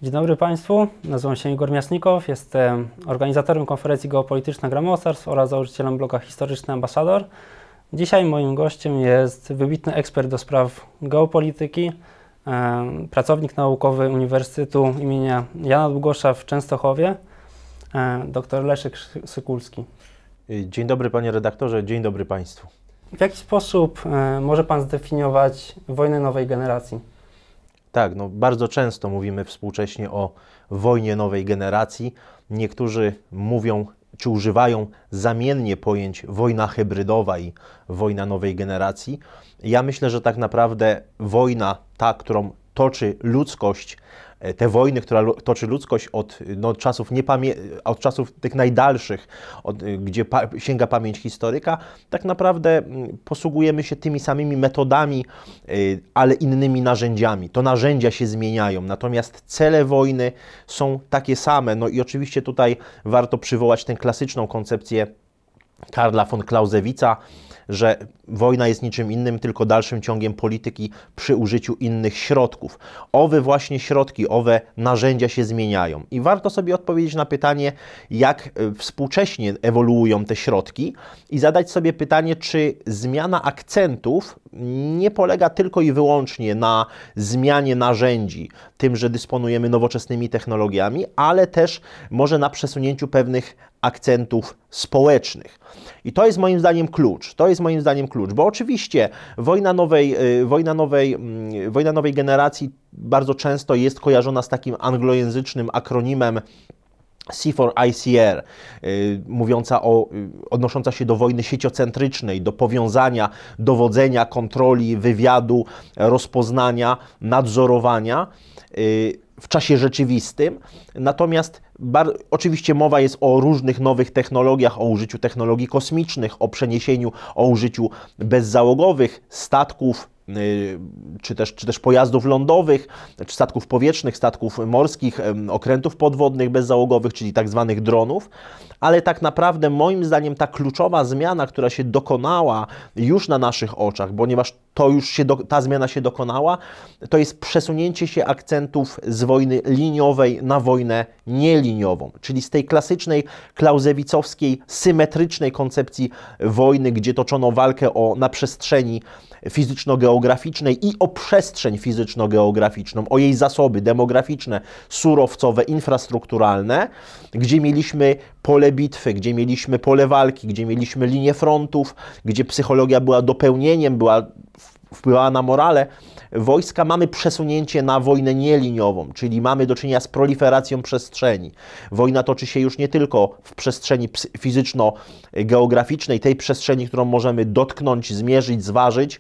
Dzień dobry Państwu, nazywam się Igor Miasnikow, jestem organizatorem konferencji Geopolityczna Gra Mocarstw oraz założycielem bloga Historyczny Ambasador. Dzisiaj moim gościem jest wybitny ekspert do spraw geopolityki, pracownik naukowy Uniwersytetu imienia Jana Długosza w Częstochowie, dr Leszek Sykulski. Dzień dobry panie redaktorze, dzień dobry państwu. W jaki sposób może Pan zdefiniować wojnę nowej generacji? Tak, bardzo często mówimy współcześnie o wojnie nowej generacji. Niektórzy mówią czy używają zamiennie pojęć wojna hybrydowa i wojna nowej generacji. Ja myślę, że tak naprawdę wojna, ta, którą toczy ludzkość, te wojny, która toczy ludzkość od czasów tych najdalszych, gdzie sięga pamięć historyka, tak naprawdę posługujemy się tymi samymi metodami, ale innymi narzędziami. To narzędzia się zmieniają, natomiast cele wojny są takie same. No i oczywiście tutaj warto przywołać tę klasyczną koncepcję Karla von Clausewitza, że wojna jest niczym innym, tylko dalszym ciągiem polityki przy użyciu innych środków. Owe właśnie środki, owe narzędzia się zmieniają. I warto sobie odpowiedzieć na pytanie, jak współcześnie ewoluują te środki i zadać sobie pytanie, czy zmiana akcentów nie polega tylko i wyłącznie na zmianie narzędzi, tym, że dysponujemy nowoczesnymi technologiami, ale też może na przesunięciu pewnych akcentów społecznych. I to jest moim zdaniem klucz. Bo oczywiście wojna nowej generacji bardzo często jest kojarzona z takim anglojęzycznym akronimem C4ICR, odnosząca się do wojny sieciocentrycznej, do powiązania dowodzenia, kontroli, wywiadu, rozpoznania, nadzorowania w czasie rzeczywistym. Natomiast oczywiście mowa jest o różnych nowych technologiach, o użyciu technologii kosmicznych, o użyciu bezzałogowych statków, czy też pojazdów lądowych, czy statków powietrznych, statków morskich, okrętów podwodnych bezzałogowych, czyli tak zwanych dronów, ale tak naprawdę moim zdaniem ta kluczowa zmiana, która się dokonała już na naszych oczach, ponieważ ta zmiana się dokonała, to jest przesunięcie się akcentów z wojny liniowej na wojnę nieliniową, czyli z tej klasycznej klauzewicowskiej, symetrycznej koncepcji wojny, gdzie toczono walkę na przestrzeni fizyczno-geograficznej i o przestrzeń fizyczno-geograficzną, o jej zasoby demograficzne, surowcowe, infrastrukturalne, gdzie mieliśmy pole bitwy, gdzie mieliśmy pole walki, gdzie mieliśmy linię frontów, gdzie psychologia była dopełnieniem, wpływała na morale wojska. Mamy przesunięcie na wojnę nieliniową, czyli mamy do czynienia z proliferacją przestrzeni. Wojna toczy się już nie tylko w przestrzeni fizyczno-geograficznej, tej przestrzeni, którą możemy dotknąć, zmierzyć, zważyć,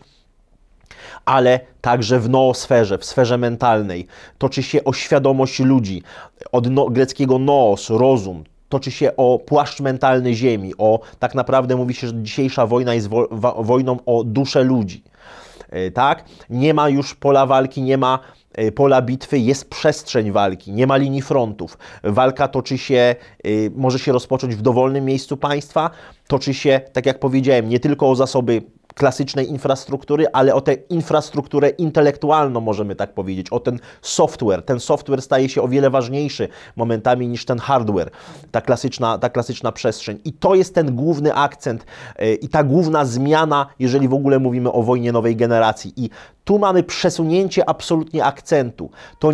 ale także w noosferze, w sferze mentalnej. Toczy się o świadomość ludzi, od greckiego noos, rozum. Toczy się o płaszcz mentalny ziemi, tak naprawdę mówi się, że dzisiejsza wojna jest wojną o duszę ludzi. Tak? Nie ma już pola walki, nie ma pola bitwy, jest przestrzeń walki, nie ma linii frontów. Walka może się rozpocząć w dowolnym miejscu państwa, toczy się, tak jak powiedziałem, nie tylko o zasoby klasycznej infrastruktury, ale o tę infrastrukturę intelektualną, możemy tak powiedzieć, o ten software. Ten software staje się o wiele ważniejszy momentami niż ten hardware, ta klasyczna przestrzeń. I to jest ten główny akcent i ta główna zmiana, jeżeli w ogóle mówimy o wojnie nowej generacji. I tu mamy przesunięcie absolutnie akcentu.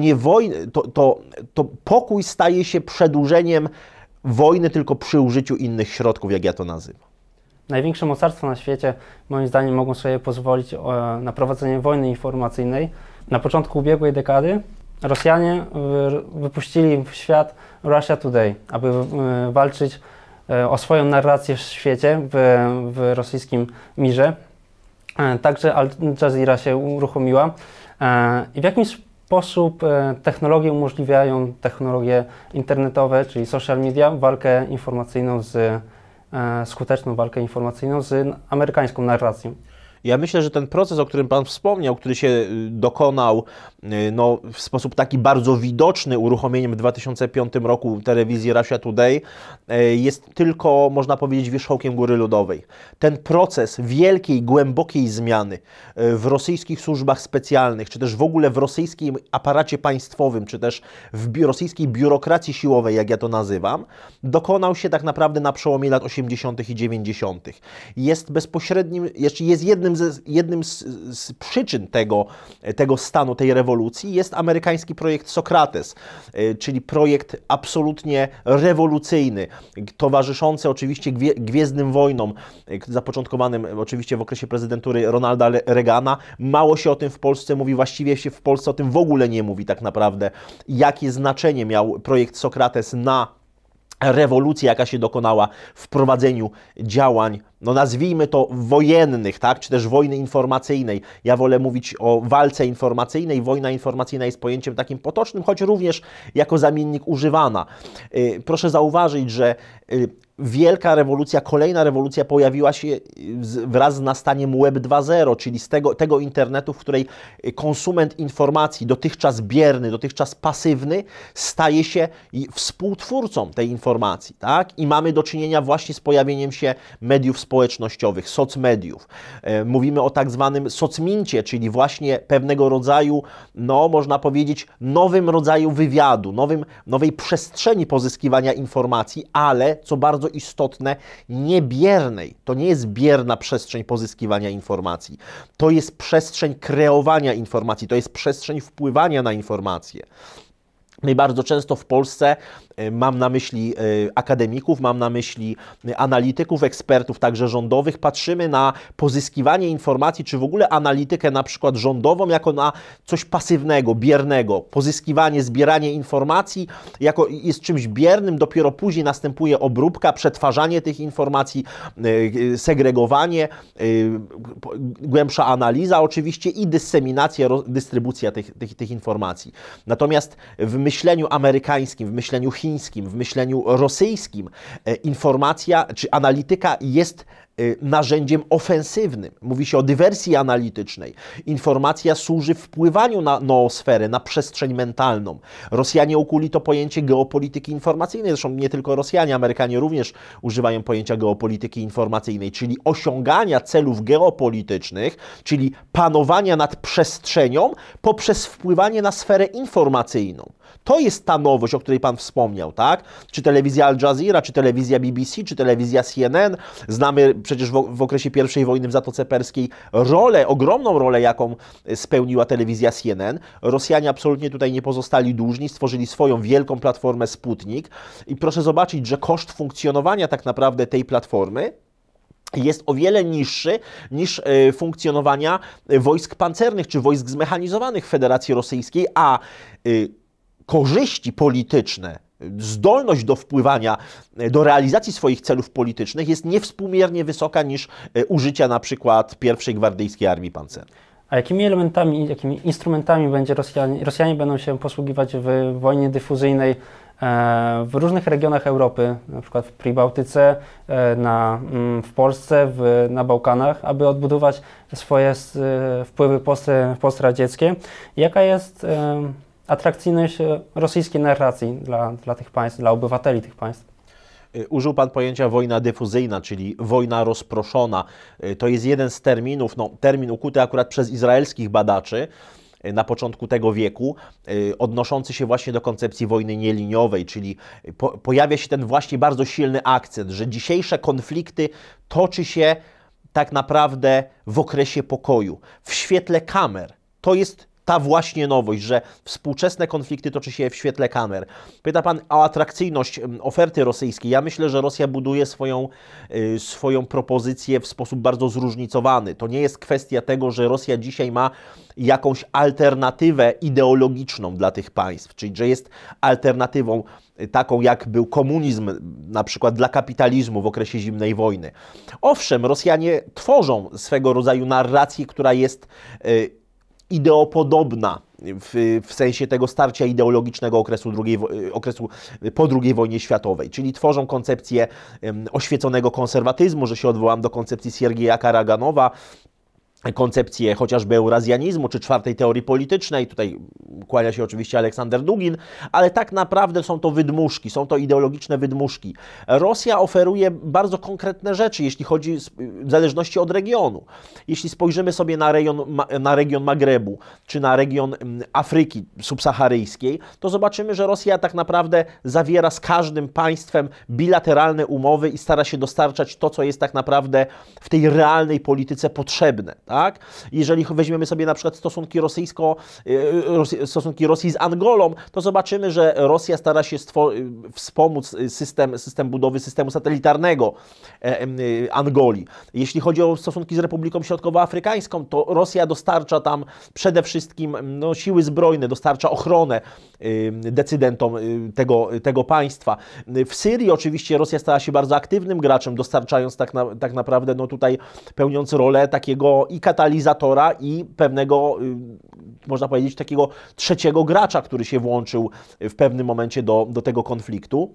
To pokój staje się przedłużeniem wojny tylko przy użyciu innych środków, jak ja to nazywam. Największe mocarstwa na świecie, moim zdaniem, mogą sobie pozwolić na prowadzenie wojny informacyjnej. Na początku ubiegłej dekady Rosjanie wypuścili w świat Russia Today, aby walczyć o swoją narrację w świecie, w rosyjskim mirze. Także Al Jazeera się uruchomiła. I w jakimś sposób technologie umożliwiają, technologie internetowe, czyli social media, skuteczną walkę informacyjną z amerykańską narracją. Ja myślę, że ten proces, o którym Pan wspomniał, który się dokonał no, w sposób taki bardzo widoczny uruchomieniem w 2005 roku telewizji Russia Today, jest tylko, można powiedzieć, wierzchołkiem góry lodowej. Ten proces wielkiej, głębokiej zmiany w rosyjskich służbach specjalnych, czy też w ogóle w rosyjskim aparacie państwowym, czy też w rosyjskiej biurokracji siłowej, jak ja to nazywam, dokonał się tak naprawdę na przełomie lat 80. i 90. Jest bezpośrednim, jest jednym z przyczyn tego stanu, tej rewolucji, jest amerykański projekt Sokrates, czyli projekt absolutnie rewolucyjny, towarzyszący oczywiście Gwiezdnym Wojnom, zapoczątkowanym oczywiście w okresie prezydentury Ronalda Reagana. Mało się o tym w Polsce mówi, właściwie się w Polsce o tym w ogóle nie mówi tak naprawdę, jakie znaczenie miał projekt Sokrates na rewolucję, jaka się dokonała w prowadzeniu działań, no nazwijmy to wojennych, tak, czy też wojny informacyjnej. Ja wolę mówić o walce informacyjnej. Wojna informacyjna jest pojęciem takim potocznym, choć również jako zamiennik używana. Proszę zauważyć, że wielka rewolucja, kolejna rewolucja pojawiła się wraz z nastaniem Web 2.0, czyli z tego internetu, w której konsument informacji, dotychczas bierny, dotychczas pasywny, staje się współtwórcą tej informacji, tak? I mamy do czynienia właśnie z pojawieniem się mediów społecznościowych, socmediów. Mówimy o tak zwanym socmincie, czyli właśnie pewnego rodzaju, no można powiedzieć, nowym rodzaju wywiadu, nowej przestrzeni pozyskiwania informacji, ale co bardzo istotne, niebiernej. To nie jest bierna przestrzeń pozyskiwania informacji. To jest przestrzeń kreowania informacji, to jest przestrzeń wpływania na informacje. My bardzo często w Polsce, mam na myśli akademików, mam na myśli analityków, ekspertów, także rządowych, patrzymy na pozyskiwanie informacji, czy w ogóle analitykę na przykład rządową, jako na coś pasywnego, biernego. Pozyskiwanie, zbieranie informacji jest czymś biernym, dopiero później następuje obróbka, przetwarzanie tych informacji, segregowanie, głębsza analiza oczywiście i dyseminacja, dystrybucja tych informacji. Natomiast w myśleniu amerykańskim, w myśleniu chińskim, w myśleniu rosyjskim informacja czy analityka jest narzędziem ofensywnym. Mówi się o dywersji analitycznej. Informacja służy wpływaniu na noosferę, na przestrzeń mentalną. Rosjanie ukuli to pojęcie geopolityki informacyjnej. Zresztą nie tylko Rosjanie, Amerykanie również używają pojęcia geopolityki informacyjnej, czyli osiągania celów geopolitycznych, czyli panowania nad przestrzenią poprzez wpływanie na sferę informacyjną. To jest ta nowość, o której Pan wspomniał, tak? Czy telewizja Al Jazeera, czy telewizja BBC, czy telewizja CNN. Znamy przecież w okresie I wojny w Zatoce Perskiej ogromną rolę, jaką spełniła telewizja CNN. Rosjanie absolutnie tutaj nie pozostali dłużni, stworzyli swoją wielką platformę Sputnik i proszę zobaczyć, że koszt funkcjonowania tak naprawdę tej platformy jest o wiele niższy niż funkcjonowania wojsk pancernych czy wojsk zmechanizowanych w Federacji Rosyjskiej, a korzyści polityczne, zdolność do wpływania, do realizacji swoich celów politycznych jest niewspółmiernie wysoka niż użycia na przykład I Gwardyjskiej Armii Pancernej. A jakimi elementami, jakimi instrumentami Rosjanie będą się posługiwać w wojnie dyfuzyjnej w różnych regionach Europy, na przykład w Pribałtyce, w Polsce, na Bałkanach, aby odbudować swoje wpływy postradzieckie? Jaka jest atrakcyjność rosyjskiej narracji dla tych państw, dla obywateli tych państw? Użył Pan pojęcia wojna dyfuzyjna, czyli wojna rozproszona. To jest jeden z terminów, termin ukuty akurat przez izraelskich badaczy na początku tego wieku, odnoszący się właśnie do koncepcji wojny nieliniowej, czyli pojawia się ten właśnie bardzo silny akcent, że dzisiejsze konflikty toczy się tak naprawdę w okresie pokoju, w świetle kamer. To jest ta właśnie nowość, że współczesne konflikty toczy się w świetle kamer. Pyta Pan o atrakcyjność oferty rosyjskiej. Ja myślę, że Rosja buduje swoją propozycję w sposób bardzo zróżnicowany. To nie jest kwestia tego, że Rosja dzisiaj ma jakąś alternatywę ideologiczną dla tych państw, czyli że jest alternatywą taką, jak był komunizm na przykład dla kapitalizmu w okresie zimnej wojny. Owszem, Rosjanie tworzą swego rodzaju narrację, która jest ideopodobna w sensie tego starcia ideologicznego okresu po II wojnie światowej, czyli tworzą koncepcję oświeconego konserwatyzmu, że się odwołam do koncepcji Siergieja Karaganowa, koncepcje chociażby eurazjanizmu czy czwartej teorii politycznej. Tutaj kłania się oczywiście Aleksander Dugin, ale tak naprawdę są to wydmuszki, są to ideologiczne wydmuszki. Rosja oferuje bardzo konkretne rzeczy, jeśli chodzi w zależności od regionu. Jeśli spojrzymy sobie na region Magrebu czy na region Afryki subsaharyjskiej, to zobaczymy, że Rosja tak naprawdę zawiera z każdym państwem bilateralne umowy i stara się dostarczać to, co jest tak naprawdę w tej realnej polityce potrzebne. Tak? Jeżeli weźmiemy sobie na przykład stosunki Rosji z Angolą, to zobaczymy, że Rosja stara się wspomóc system budowy systemu satelitarnego Angolii. Jeśli chodzi o stosunki z Republiką Środkowoafrykańską, to Rosja dostarcza tam przede wszystkim siły zbrojne, dostarcza ochronę decydentom tego państwa. W Syrii oczywiście Rosja stała się bardzo aktywnym graczem, dostarczając tak naprawdę tutaj pełniąc rolę takiego i katalizatora, i pewnego, można powiedzieć, takiego trzeciego gracza, który się włączył w pewnym momencie do tego konfliktu.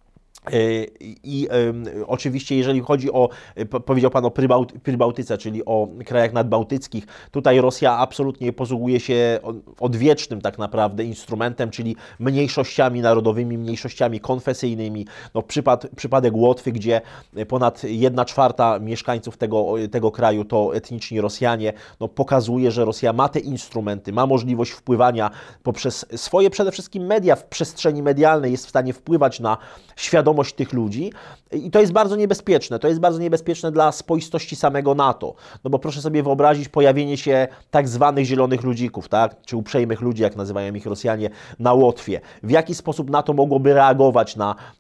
I oczywiście, jeżeli chodzi o, powiedział Pan o Prybałtyce, czyli o krajach nadbałtyckich, tutaj Rosja absolutnie posługuje się odwiecznym tak naprawdę instrumentem, czyli mniejszościami narodowymi, mniejszościami konfesyjnymi. Przypadek Łotwy, gdzie ponad 1/4 mieszkańców tego kraju to etniczni Rosjanie, pokazuje, że Rosja ma te instrumenty, ma możliwość wpływania poprzez swoje przede wszystkim media, w przestrzeni medialnej jest w stanie wpływać na świadomość tych ludzi i to jest bardzo niebezpieczne. To jest bardzo niebezpieczne dla spoistości samego NATO. Bo proszę sobie wyobrazić pojawienie się tak zwanych zielonych ludzików, tak? Czy uprzejmych ludzi, jak nazywają ich Rosjanie, na Łotwie. W jaki sposób NATO mogłoby reagować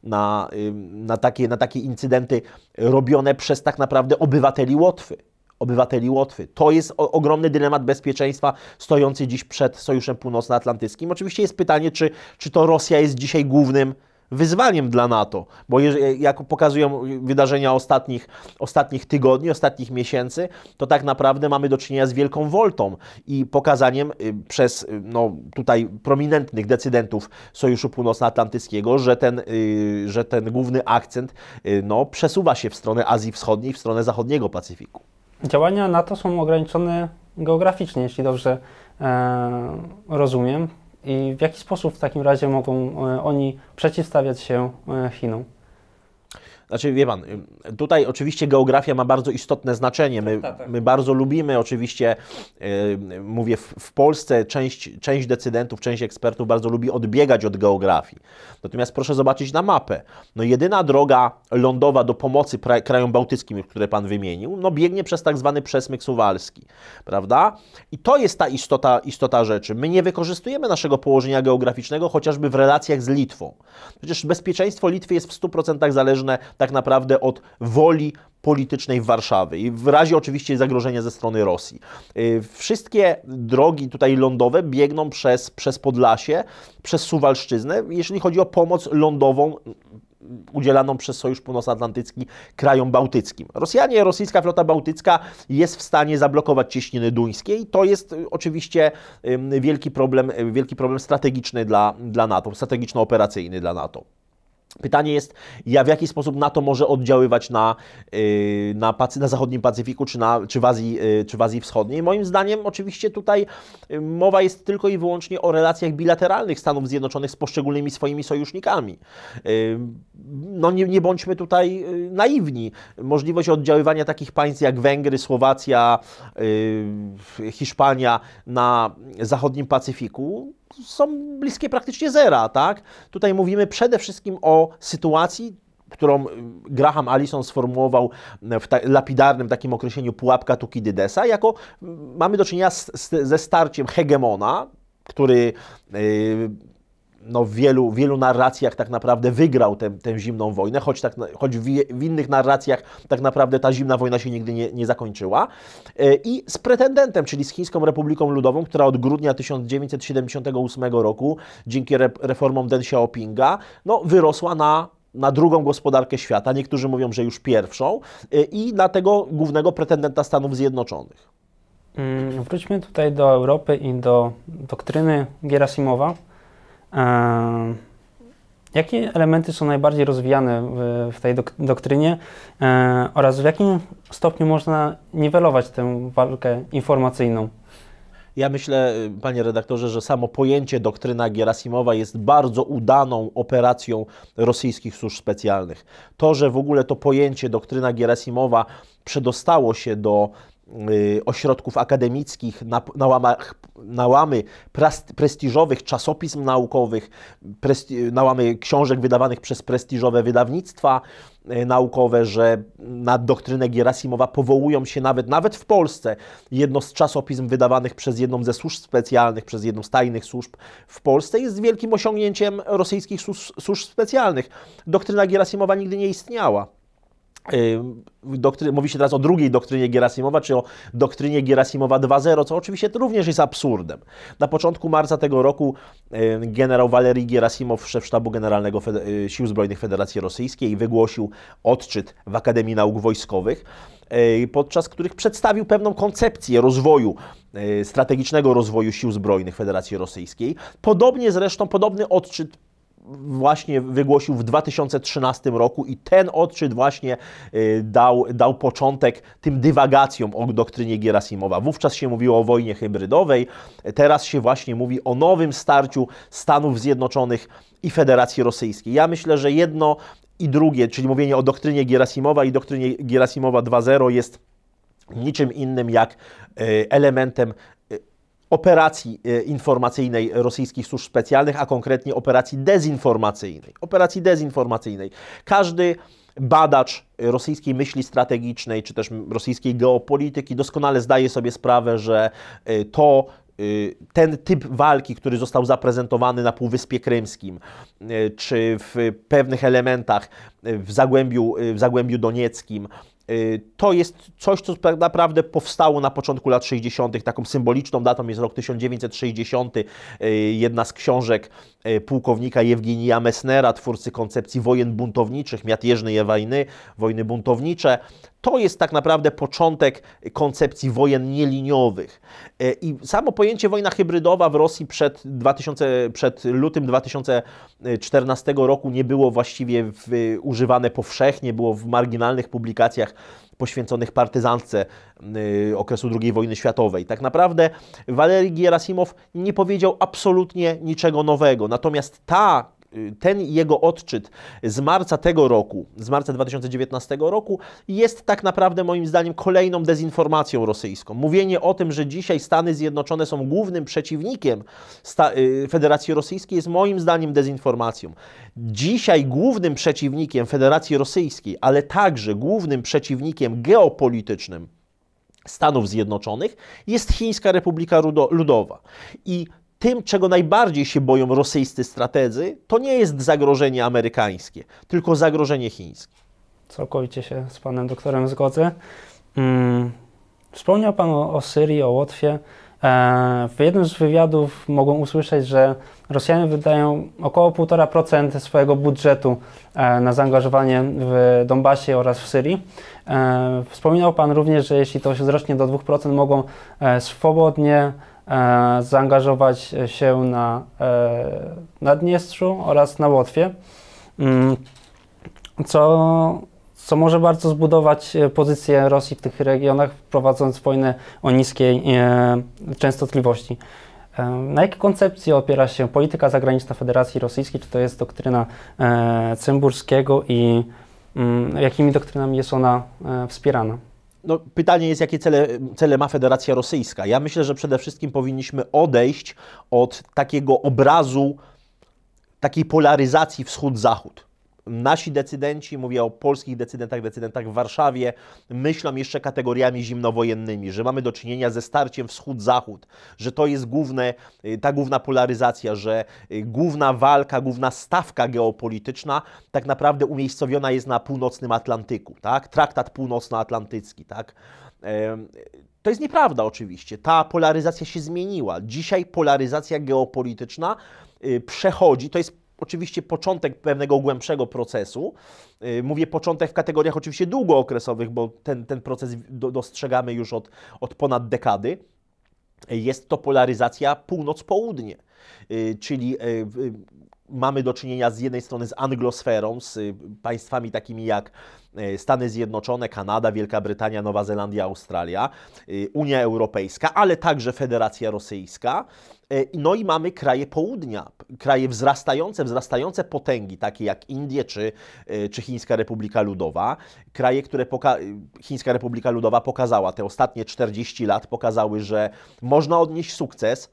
na takie incydenty robione przez tak naprawdę obywateli Łotwy. To jest ogromny dylemat bezpieczeństwa stojący dziś przed Sojuszem Północnoatlantyckim. Oczywiście jest pytanie, czy to Rosja jest dzisiaj głównym wyzwaniem dla NATO, bo jak pokazują wydarzenia ostatnich tygodni, ostatnich miesięcy, to tak naprawdę mamy do czynienia z wielką woltą i pokazaniem przez tutaj prominentnych decydentów Sojuszu Północnoatlantyckiego, że ten główny akcent przesuwa się w stronę Azji Wschodniej, w stronę zachodniego Pacyfiku. Działania NATO są ograniczone geograficznie, jeśli dobrze rozumiem. I w jaki sposób w takim razie mogą oni przeciwstawiać się Chinom? Znaczy, wie Pan, tutaj oczywiście geografia ma bardzo istotne znaczenie. My bardzo lubimy, oczywiście, mówię, w Polsce część decydentów, część ekspertów bardzo lubi odbiegać od geografii. Natomiast proszę zobaczyć na mapę. Jedyna droga lądowa do pomocy krajom bałtyckim, które Pan wymienił, biegnie przez tak zwany przesmyk suwalski, prawda? I to jest ta istota rzeczy. My nie wykorzystujemy naszego położenia geograficznego chociażby w relacjach z Litwą. Przecież bezpieczeństwo Litwy jest w 100% zależne tak naprawdę od woli politycznej Warszawy i w razie oczywiście zagrożenia ze strony Rosji. Wszystkie drogi tutaj lądowe biegną przez Podlasie, przez Suwalszczyznę, jeżeli chodzi o pomoc lądową udzielaną przez Sojusz Północnoatlantycki krajom bałtyckim. Rosyjska flota bałtycka jest w stanie zablokować cieśniny duńskie i to jest oczywiście wielki problem strategiczny dla NATO, strategiczno-operacyjny dla NATO. Pytanie jest, w jaki sposób NATO może oddziaływać na zachodnim Pacyfiku czy w Azji Wschodniej. Moim zdaniem oczywiście tutaj mowa jest tylko i wyłącznie o relacjach bilateralnych Stanów Zjednoczonych z poszczególnymi swoimi sojusznikami. Nie bądźmy tutaj naiwni. Możliwość oddziaływania takich państw jak Węgry, Słowacja, Hiszpania na zachodnim Pacyfiku są bliskie praktycznie zera, tak? Tutaj mówimy przede wszystkim o sytuacji, którą Graham Allison sformułował w lapidarnym takim określeniu pułapka Tukidydesa, mamy do czynienia ze starciem hegemona, który w wielu narracjach tak naprawdę wygrał tę zimną wojnę, choć w innych narracjach tak naprawdę ta zimna wojna się nigdy nie zakończyła. I z pretendentem, czyli z Chińską Republiką Ludową, która od grudnia 1978 roku dzięki reformom Deng Xiaopinga wyrosła na drugą gospodarkę świata. Niektórzy mówią, że już pierwszą i na tego głównego pretendenta Stanów Zjednoczonych. Wróćmy tutaj do Europy i do doktryny Gierasimowa. Jakie elementy są najbardziej rozwijane w tej doktrynie oraz w jakim stopniu można niwelować tę walkę informacyjną? Ja myślę, panie redaktorze, że samo pojęcie doktryna Gierasimowa jest bardzo udaną operacją rosyjskich służb specjalnych. To, że w ogóle to pojęcie doktryna Gierasimowa przedostało się do ośrodków akademickich, na łamy prestiżowych czasopism naukowych, na łamy książek wydawanych przez prestiżowe wydawnictwa naukowe, że na doktrynę Gierasimowa powołują się nawet w Polsce. Jedno z czasopism wydawanych przez jedną ze służb specjalnych, przez jedną z tajnych służb w Polsce jest wielkim osiągnięciem rosyjskich służb specjalnych. Doktryna Gierasimowa nigdy nie istniała. Mówi się teraz o drugiej doktrynie Gierasimowa, czy o doktrynie Gierasimowa 2.0, co oczywiście to również jest absurdem. Na początku marca tego roku generał Walerii Gierasimow, szef Sztabu Generalnego Sił Zbrojnych Federacji Rosyjskiej, wygłosił odczyt w Akademii Nauk Wojskowych, podczas których przedstawił pewną koncepcję rozwoju, strategicznego rozwoju Sił Zbrojnych Federacji Rosyjskiej. Podobny odczyt właśnie wygłosił w 2013 roku i ten odczyt właśnie dał początek tym dywagacjom o doktrynie Gierasimowa. Wówczas się mówiło o wojnie hybrydowej, teraz się właśnie mówi o nowym starciu Stanów Zjednoczonych i Federacji Rosyjskiej. Ja myślę, że jedno i drugie, czyli mówienie o doktrynie Gierasimowa i doktrynie Gierasimowa 2.0 jest niczym innym jak elementem operacji informacyjnej rosyjskich służb specjalnych, a konkretnie operacji dezinformacyjnej. Każdy badacz rosyjskiej myśli strategicznej, czy też rosyjskiej geopolityki doskonale zdaje sobie sprawę, że ten typ walki, który został zaprezentowany na Półwyspie Krymskim, czy w pewnych elementach w Zagłębiu Donieckim, to jest coś, co tak naprawdę powstało na początku lat 60. Taką symboliczną datą jest rok 1960. Jedna z książek pułkownika Jewgenija Messnera, twórcy koncepcji wojen buntowniczych, Miatieżnej wojny, wojny buntownicze. To jest tak naprawdę początek koncepcji wojen nieliniowych. I samo pojęcie wojna hybrydowa w Rosji przed lutym 2014 roku nie było właściwie używane powszechnie, było w marginalnych publikacjach poświęconych partyzantce okresu II wojny światowej. Tak naprawdę Walerii Gierasimow nie powiedział absolutnie niczego nowego. Natomiast ten jego odczyt z marca tego roku, z marca 2019 roku jest tak naprawdę moim zdaniem kolejną dezinformacją rosyjską. Mówienie o tym, że dzisiaj Stany Zjednoczone są głównym przeciwnikiem Federacji Rosyjskiej jest moim zdaniem dezinformacją. Dzisiaj głównym przeciwnikiem Federacji Rosyjskiej, ale także głównym przeciwnikiem geopolitycznym Stanów Zjednoczonych jest Chińska Republika Ludowa. I tym, czego najbardziej się boją rosyjscy strategzy, to nie jest zagrożenie amerykańskie, tylko zagrożenie chińskie. Całkowicie się z panem doktorem zgodzę. Wspomniał pan o Syrii, o Łotwie. W jednym z wywiadów mogłem usłyszeć, że Rosjanie wydają około 1,5% swojego budżetu na zaangażowanie w Donbasie oraz w Syrii. Wspominał pan również, że jeśli to się wzrośnie do 2%, mogą swobodnie zaangażować się na Naddniestrzu oraz na Łotwie, co może bardzo zbudować pozycję Rosji w tych regionach, prowadząc wojnę o niskiej częstotliwości. Na jakiej koncepcji opiera się polityka zagraniczna Federacji Rosyjskiej? Czy to jest doktryna Cymburskiego i jakimi doktrynami jest ona wspierana? No, pytanie jest, jakie cele ma Federacja Rosyjska. Ja myślę, że przede wszystkim powinniśmy odejść od takiego obrazu, takiej polaryzacji wschód-zachód. Nasi decydenci, mówię o polskich decydentach w Warszawie, myślą jeszcze kategoriami zimnowojennymi, że mamy do czynienia ze starciem wschód-zachód, że to jest ta główna polaryzacja, że główna walka, główna stawka geopolityczna tak naprawdę umiejscowiona jest na północnym Atlantyku, tak? Traktat północnoatlantycki, tak? To jest nieprawda oczywiście. Ta polaryzacja się zmieniła. Dzisiaj polaryzacja geopolityczna przechodzi, to jest oczywiście początek pewnego głębszego procesu. Mówię początek w kategoriach oczywiście długookresowych, bo ten proces dostrzegamy już od ponad dekady. Jest to polaryzacja północ-południe, czyli mamy do czynienia z jednej strony z anglosferą, z państwami takimi jak Stany Zjednoczone, Kanada, Wielka Brytania, Nowa Zelandia, Australia, Unia Europejska, ale także Federacja Rosyjska. No i mamy kraje południa, kraje wzrastające potęgi, takie jak Indie czy Chińska Republika Ludowa. Kraje, które Chińska Republika Ludowa pokazała, te ostatnie 40 lat pokazały, że można odnieść sukces,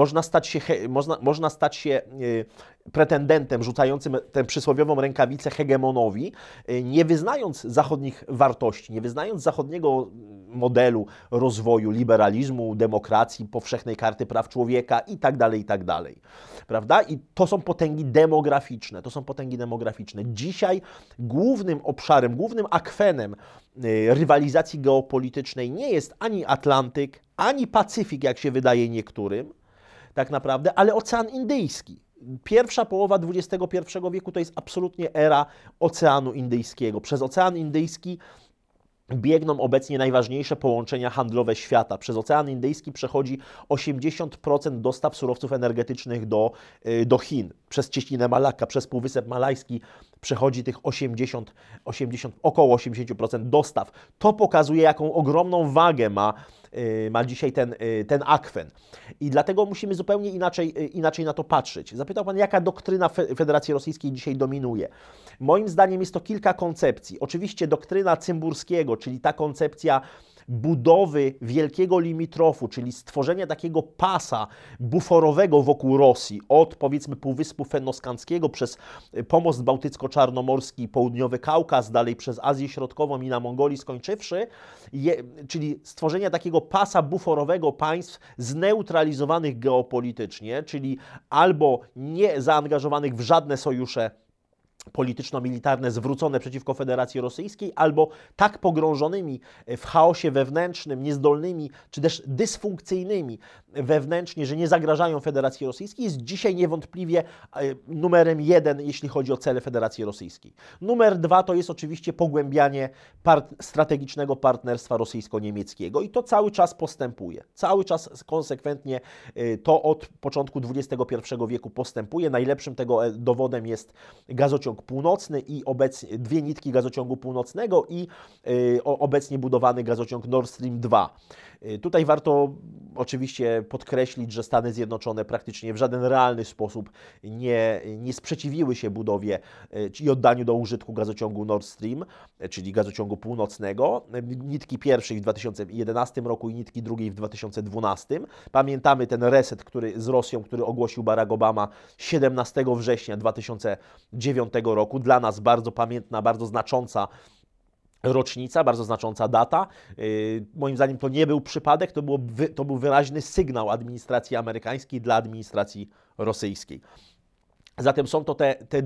można stać się pretendentem rzucającym tę przysłowiową rękawicę hegemonowi, nie wyznając zachodnich wartości, nie wyznając zachodniego modelu rozwoju, liberalizmu, demokracji, powszechnej karty praw człowieka itd., prawda? I to są potęgi demograficzne, Dzisiaj głównym obszarem, głównym akwenem rywalizacji geopolitycznej nie jest ani Atlantyk, ani Pacyfik, jak się niektórym, tak naprawdę, ale Ocean Indyjski. Pierwsza połowa XXI wieku to jest absolutnie era Oceanu Indyjskiego. Przez Ocean Indyjski biegną obecnie najważniejsze połączenia handlowe świata. Przez Ocean Indyjski przechodzi 80% dostaw surowców energetycznych do Chin. Przez Cieśninę Malakka, przez Półwysep Malajski przechodzi tych około 80% dostaw. To pokazuje, jaką ogromną wagę ma dzisiaj ten akwen. I dlatego musimy zupełnie inaczej na to patrzeć. Zapytał Pan, jaka doktryna Federacji Rosyjskiej dzisiaj dominuje. Moim zdaniem jest to kilka koncepcji. Oczywiście doktryna Cymburskiego, czyli ta koncepcja budowy wielkiego limitrofu, czyli stworzenia takiego pasa buforowego wokół Rosji, od powiedzmy Półwyspu Fennoskandzkiego przez pomost bałtycko-czarnomorski, południowy Kaukaz, dalej przez Azję Środkową i na Mongolii skończywszy, czyli stworzenia takiego pasa buforowego państw zneutralizowanych geopolitycznie, czyli albo nie zaangażowanych w żadne sojusze polityczno-militarne zwrócone przeciwko Federacji Rosyjskiej, albo tak pogrążonymi w chaosie wewnętrznym, niezdolnymi, czy też dysfunkcyjnymi wewnętrznie, że nie zagrażają Federacji Rosyjskiej, jest dzisiaj niewątpliwie numerem 1, jeśli chodzi o cele Federacji Rosyjskiej. Numer 2 to jest oczywiście pogłębianie strategicznego partnerstwa rosyjsko-niemieckiego i to cały czas postępuje. Cały czas konsekwentnie to od początku XXI wieku postępuje. Najlepszym tego dowodem jest gazociąg północny i obecnie dwie nitki gazociągu północnego i obecnie budowany gazociąg Nord Stream 2. Tutaj warto oczywiście podkreślić, że Stany Zjednoczone praktycznie w żaden realny sposób nie sprzeciwiły się budowie i oddaniu do użytku gazociągu Nord Stream, czyli gazociągu północnego. Nitki pierwszej w 2011 roku i nitki drugiej w 2012. Pamiętamy ten reset z Rosją, który ogłosił Barack Obama 17 września 2009 roku. Dla nas bardzo pamiętna, bardzo znacząca rocznica, bardzo znacząca data. Moim zdaniem to nie był przypadek, to był wyraźny sygnał administracji amerykańskiej dla administracji rosyjskiej. Zatem są to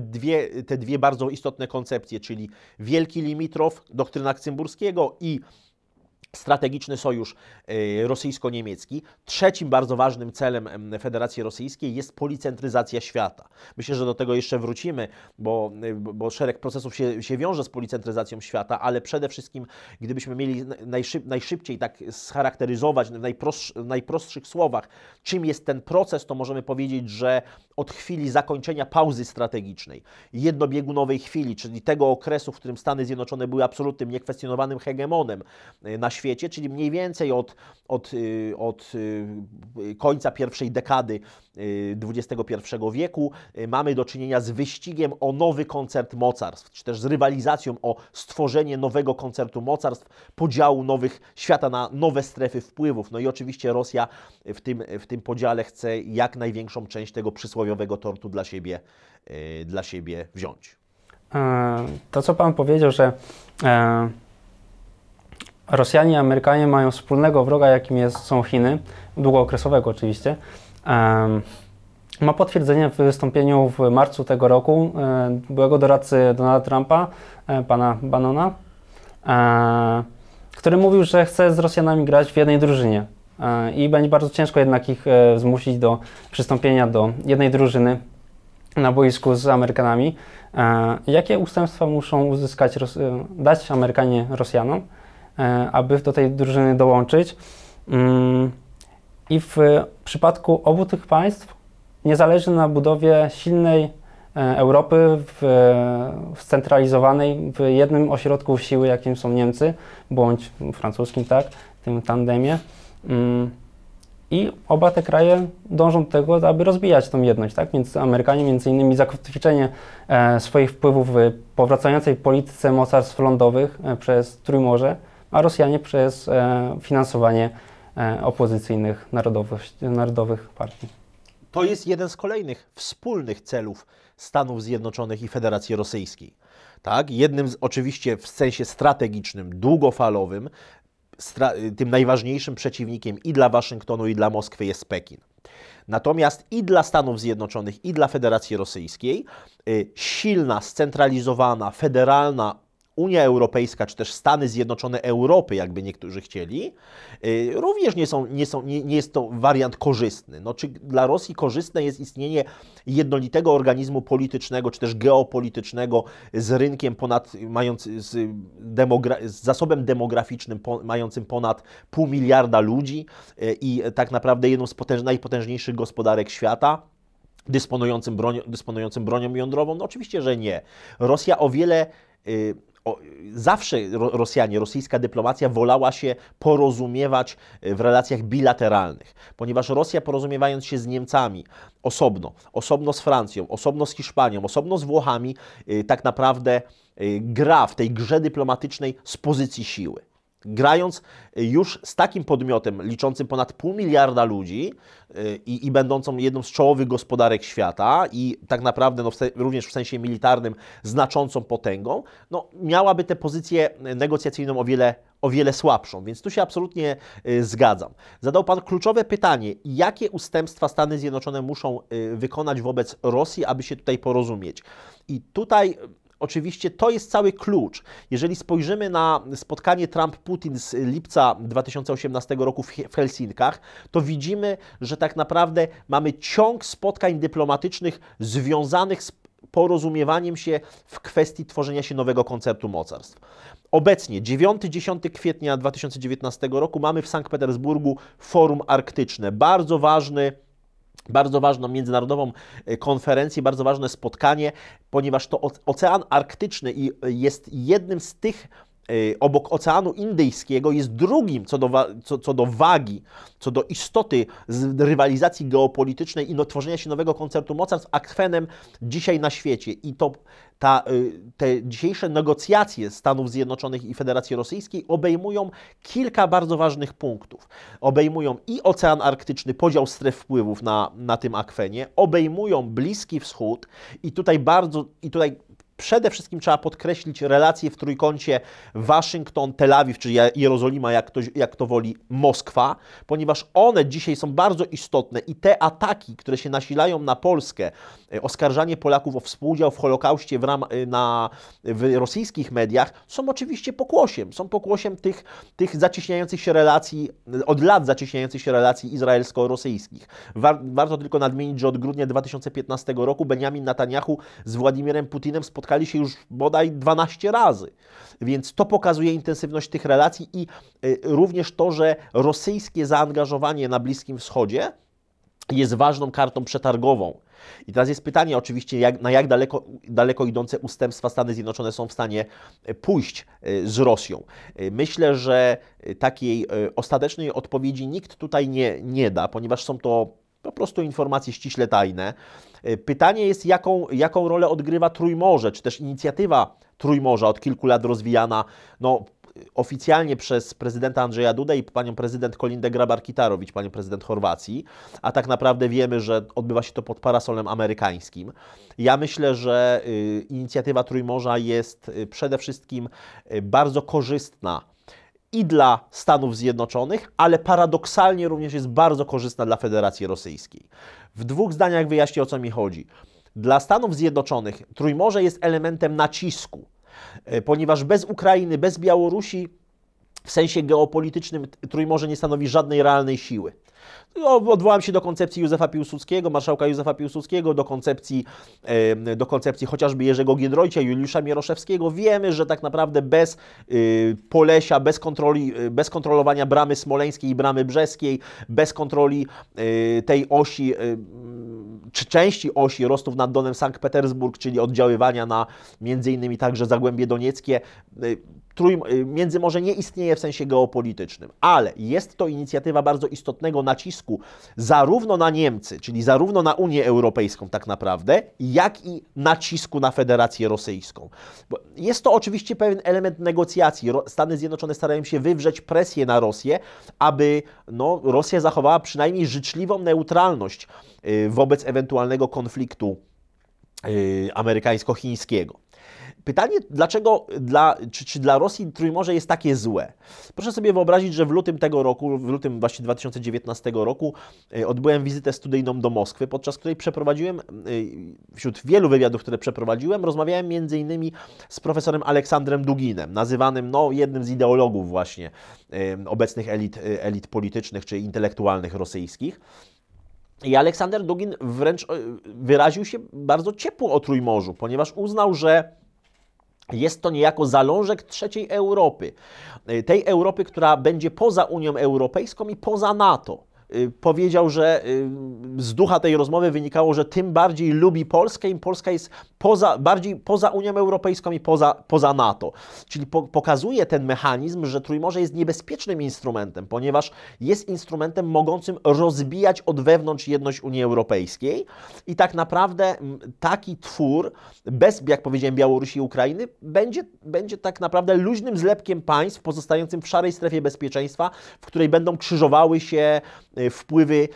te dwie bardzo istotne koncepcje, czyli wielki limitrof, doktryna Cymburskiego i strategiczny sojusz rosyjsko-niemiecki. Trzecim bardzo ważnym celem Federacji Rosyjskiej jest policentryzacja świata. Myślę, że do tego jeszcze wrócimy, bo szereg procesów się wiąże z policentryzacją świata, ale przede wszystkim, gdybyśmy mieli najszybciej tak scharakteryzować w najprostszych słowach, czym jest ten proces, to możemy powiedzieć, że od chwili zakończenia pauzy strategicznej, jednobiegunowej chwili, czyli tego okresu, w którym Stany Zjednoczone były absolutnym, niekwestionowanym hegemonem na świecie, czyli mniej więcej od końca pierwszej dekady XXI wieku mamy do czynienia z wyścigiem o nowy koncert mocarstw, czy też z rywalizacją o stworzenie nowego koncertu mocarstw, podziału świata na nowe strefy wpływów. No i oczywiście Rosja w tym podziale chce jak największą część tego przysłowiowego tortu dla siebie wziąć. To, co Pan powiedział, że Rosjanie i Amerykanie mają wspólnego wroga, jakim są Chiny, długookresowego oczywiście, ma potwierdzenie w wystąpieniu w marcu tego roku byłego doradcy Donalda Trumpa, pana Bannona, który mówił, że chce z Rosjanami grać w jednej drużynie i będzie bardzo ciężko jednak ich zmusić do przystąpienia do jednej drużyny na boisku z Amerykanami. Jakie ustępstwa muszą dać Amerykanie Rosjanom, aby do tej drużyny dołączyć? I w przypadku obu tych państw nie zależy na budowie silnej Europy scentralizowanej w jednym ośrodku siły, jakim są Niemcy, bądź francuskim, tak, tym tandemie. I oba te kraje dążą do tego, aby rozbijać tą jedność, tak? Więc Amerykanie między innymi zakotwiczenie swoich wpływów w powracającej polityce mocarstw lądowych przez Trójmorze, a Rosjanie przez finansowanie opozycyjnych narodowych partii. To jest jeden z kolejnych wspólnych celów Stanów Zjednoczonych i Federacji Rosyjskiej. Tak? Jednym oczywiście w sensie strategicznym, długofalowym, tym najważniejszym przeciwnikiem i dla Waszyngtonu, i dla Moskwy jest Pekin. Natomiast i dla Stanów Zjednoczonych, i dla Federacji Rosyjskiej silna, scentralizowana, federalna Unia Europejska, czy też Stany Zjednoczone Europy, jakby niektórzy chcieli, również nie jest to wariant korzystny. No, czy dla Rosji korzystne jest istnienie jednolitego organizmu politycznego, czy też geopolitycznego z rynkiem z zasobem demograficznym mającym ponad 0,5 miliarda ludzi i tak naprawdę jedną z najpotężniejszych gospodarek świata, dysponującym bronią jądrową? No oczywiście, że nie. Rosja zawsze rosyjska dyplomacja wolała się porozumiewać w relacjach bilateralnych, ponieważ Rosja, porozumiewając się z Niemcami osobno z Francją, osobno z Hiszpanią, osobno z Włochami, tak naprawdę gra w tej grze dyplomatycznej z pozycji siły. Grając już z takim podmiotem liczącym ponad 0,5 miliarda ludzi i będącą jedną z czołowych gospodarek świata i tak naprawdę również w sensie militarnym znaczącą potęgą, no, miałaby tę pozycję negocjacyjną o wiele słabszą, więc tu się absolutnie zgadzam. Zadał Pan kluczowe pytanie, jakie ustępstwa Stany Zjednoczone muszą wykonać wobec Rosji, aby się tutaj porozumieć. I tutaj oczywiście to jest cały klucz. Jeżeli spojrzymy na spotkanie Trump-Putin z lipca 2018 roku w Helsinkach, to widzimy, że tak naprawdę mamy ciąg spotkań dyplomatycznych związanych z porozumiewaniem się w kwestii tworzenia się nowego koncertu mocarstw. Obecnie 9-10 kwietnia 2019 roku mamy w Sankt Petersburgu Forum Arktyczne. Bardzo ważną międzynarodową konferencję, bardzo ważne spotkanie, ponieważ to Ocean Arktyczny jest jednym z tych, obok Oceanu Indyjskiego, jest drugim co do wagi, co do istoty rywalizacji geopolitycznej i tworzenia się nowego koncertu mocarstw akwenem dzisiaj na świecie. I te dzisiejsze negocjacje Stanów Zjednoczonych i Federacji Rosyjskiej obejmują kilka bardzo ważnych punktów. Obejmują i Ocean Arktyczny, podział stref wpływów na tym akwenie, obejmują Bliski Wschód i tutaj przede wszystkim trzeba podkreślić relacje w trójkącie Waszyngton, Tel Awiw, czy Jerozolima, jak kto woli, Moskwa, ponieważ one dzisiaj są bardzo istotne i te ataki, które się nasilają na Polskę, oskarżanie Polaków o współudział w Holokauście w rosyjskich mediach, są oczywiście pokłosiem. Są pokłosiem tych zacieśniających się relacji, od lat zacieśniających się relacji izraelsko-rosyjskich. Warto tylko nadmienić, że od grudnia 2015 roku Benjamin Netanyahu z Władimirem Putinem spotkali się już bodaj 12 razy. Więc to pokazuje intensywność tych relacji i również to, że rosyjskie zaangażowanie na Bliskim Wschodzie jest ważną kartą przetargową. I teraz jest pytanie oczywiście, na jak daleko idące ustępstwa Stany Zjednoczone są w stanie pójść z Rosją. Myślę, że takiej ostatecznej odpowiedzi nikt tutaj nie da, ponieważ są to po prostu informacje ściśle tajne. Pytanie jest, jaką rolę odgrywa Trójmorze, czy też inicjatywa Trójmorza od kilku lat rozwijana oficjalnie przez prezydenta Andrzeja Dudę i panią prezydent Kolindę Grabar-Kitarowicz, panią prezydent Chorwacji, a tak naprawdę wiemy, że odbywa się to pod parasolem amerykańskim. Ja myślę, że inicjatywa Trójmorza jest przede wszystkim bardzo korzystna i dla Stanów Zjednoczonych, ale paradoksalnie również jest bardzo korzystna dla Federacji Rosyjskiej. W dwóch zdaniach wyjaśnię, o co mi chodzi. Dla Stanów Zjednoczonych Trójmorze jest elementem nacisku, ponieważ bez Ukrainy, bez Białorusi w sensie geopolitycznym Trójmorze nie stanowi żadnej realnej siły. Odwołam się do koncepcji Józefa Piłsudskiego, marszałka Józefa Piłsudskiego, do koncepcji chociażby Jerzego Giedroycia, Juliusza Mieroszewskiego. Wiemy, że tak naprawdę bez Polesia, bez kontrolowania bramy smoleńskiej i bramy brzeskiej, bez kontroli tej osi czy części osi Rostów nad Donem, Sankt Petersburg, czyli oddziaływania na między innymi także Zagłębie Donieckie. Międzymorze nie istnieje w sensie geopolitycznym, ale jest to inicjatywa bardzo istotnego nacisku zarówno na Niemcy, czyli zarówno na Unię Europejską tak naprawdę, jak i nacisku na Federację Rosyjską. Bo jest to oczywiście pewien element negocjacji. Stany Zjednoczone starają się wywrzeć presję na Rosję, aby Rosja zachowała przynajmniej życzliwą neutralność wobec ewentualnego konfliktu amerykańsko-chińskiego. Pytanie, czy dla Rosji Trójmorze jest takie złe? Proszę sobie wyobrazić, że w lutym tego roku, w lutym właśnie 2019 roku odbyłem wizytę studyjną do Moskwy, podczas której przeprowadziłem, wśród wielu wywiadów, które przeprowadziłem, rozmawiałem między innymi z profesorem Aleksandrem Duginem, nazywanym jednym z ideologów właśnie obecnych elit politycznych czy intelektualnych rosyjskich. I Aleksander Dugin wręcz wyraził się bardzo ciepło o Trójmorzu, ponieważ uznał, że jest to niejako zalążek trzeciej Europy. Tej Europy, która będzie poza Unią Europejską i poza NATO. Powiedział, że z ducha tej rozmowy wynikało, że tym bardziej lubi Polskę, im Polska jest bardziej poza Unią Europejską i poza NATO. Czyli pokazuje ten mechanizm, że Trójmorze jest niebezpiecznym instrumentem, ponieważ jest instrumentem mogącym rozbijać od wewnątrz jedność Unii Europejskiej i tak naprawdę taki twór, bez, jak powiedziałem, Białorusi i Ukrainy, będzie tak naprawdę luźnym zlepkiem państw pozostającym w szarej strefie bezpieczeństwa, w której będą krzyżowały się wpływy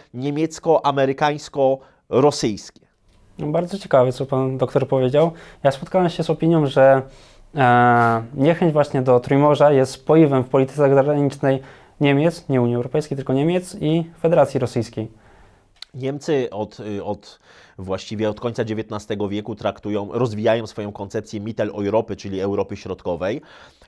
niemiecko-amerykańsko-rosyjskie. Bardzo ciekawe, co pan doktor powiedział. Ja spotkałem się z opinią, że niechęć właśnie do Trójmorza jest spoiwem w polityce zagranicznej Niemiec, nie Unii Europejskiej, tylko Niemiec i Federacji Rosyjskiej. Niemcy właściwie od końca XIX wieku rozwijają swoją koncepcję Mitteleuropy, czyli Europy Środkowej,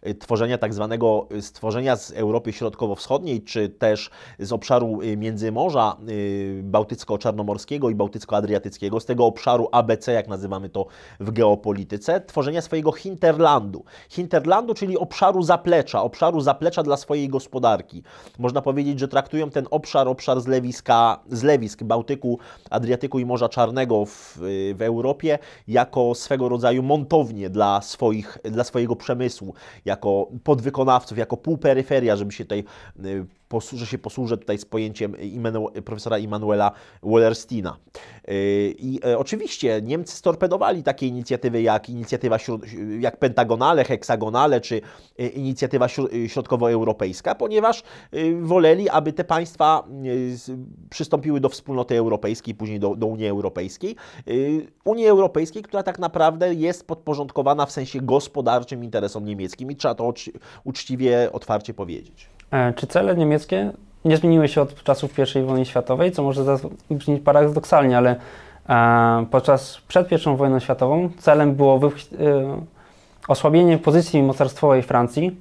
stworzenia z Europy Środkowo-Wschodniej, czy też z obszaru Międzymorza Bałtycko-Czarnomorskiego i Bałtycko-Adriatyckiego, z tego obszaru ABC, jak nazywamy to w geopolityce, tworzenia swojego Hinterlandu, czyli obszaru zaplecza dla swojej gospodarki. Można powiedzieć, że traktują ten obszar zlewisk Bałtyku, Adriatyku i Morza Czarnego w Europie jako swego rodzaju montownię dla swojego przemysłu, jako podwykonawców, jako półperyferia, że się posłużę tutaj z pojęciem profesora Immanuela Wallersteina. I oczywiście Niemcy storpedowali takie inicjatywy jak Pentagonale, Heksagonale czy inicjatywa środkowoeuropejska, ponieważ woleli, aby te państwa przystąpiły do wspólnoty europejskiej, później do Unii Europejskiej. Unii Europejskiej, która tak naprawdę jest podporządkowana w sensie gospodarczym interesom niemieckim i trzeba to uczciwie, otwarcie powiedzieć. Czy cele niemieckie nie zmieniły się od czasów I wojny światowej, co może zabrzmieć paradoksalnie, ale przed I wojną światową celem było osłabienie pozycji mocarstwowej Francji,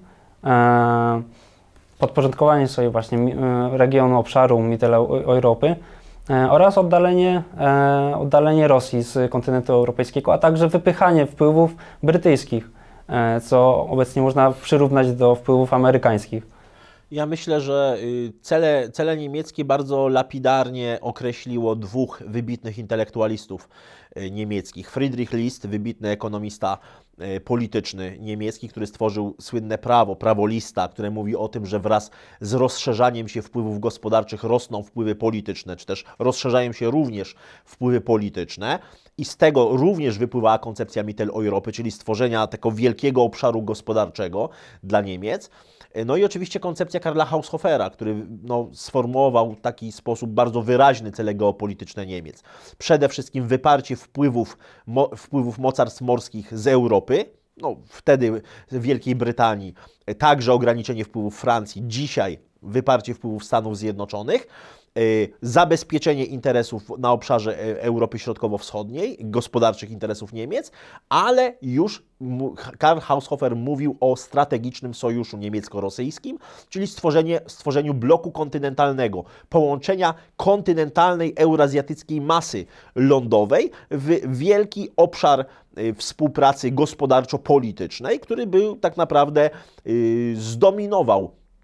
podporządkowanie sobie właśnie regionu, obszaru Mitteleuropy oraz oddalenie Rosji z kontynentu europejskiego, a także wypychanie wpływów brytyjskich, co obecnie można przyrównać do wpływów amerykańskich. Ja myślę, że cele niemieckie bardzo lapidarnie określiło dwóch wybitnych intelektualistów niemieckich. Friedrich List, wybitny ekonomista polityczny niemiecki, który stworzył słynne prawo Lista, które mówi o tym, że wraz z rozszerzaniem się wpływów gospodarczych rosną wpływy polityczne, czy też rozszerzają się również wpływy polityczne i z tego również wypływała koncepcja Mitteleuropy, czyli stworzenia takiego wielkiego obszaru gospodarczego dla Niemiec. No i oczywiście koncepcja Karla Haushofera, który sformułował w taki sposób bardzo wyraźny cele geopolityczne Niemiec. Przede wszystkim wyparcie wpływów mocarstw morskich z Europy, wtedy Wielkiej Brytanii, także ograniczenie wpływów Francji, dzisiaj wyparcie wpływów Stanów Zjednoczonych, zabezpieczenie interesów na obszarze Europy Środkowo-Wschodniej, gospodarczych interesów Niemiec, ale już Karl Haushofer mówił o strategicznym sojuszu niemiecko-rosyjskim, czyli stworzeniu bloku kontynentalnego, połączenia kontynentalnej eurazjatyckiej masy lądowej w wielki obszar współpracy gospodarczo-politycznej, który był tak naprawdę zdominował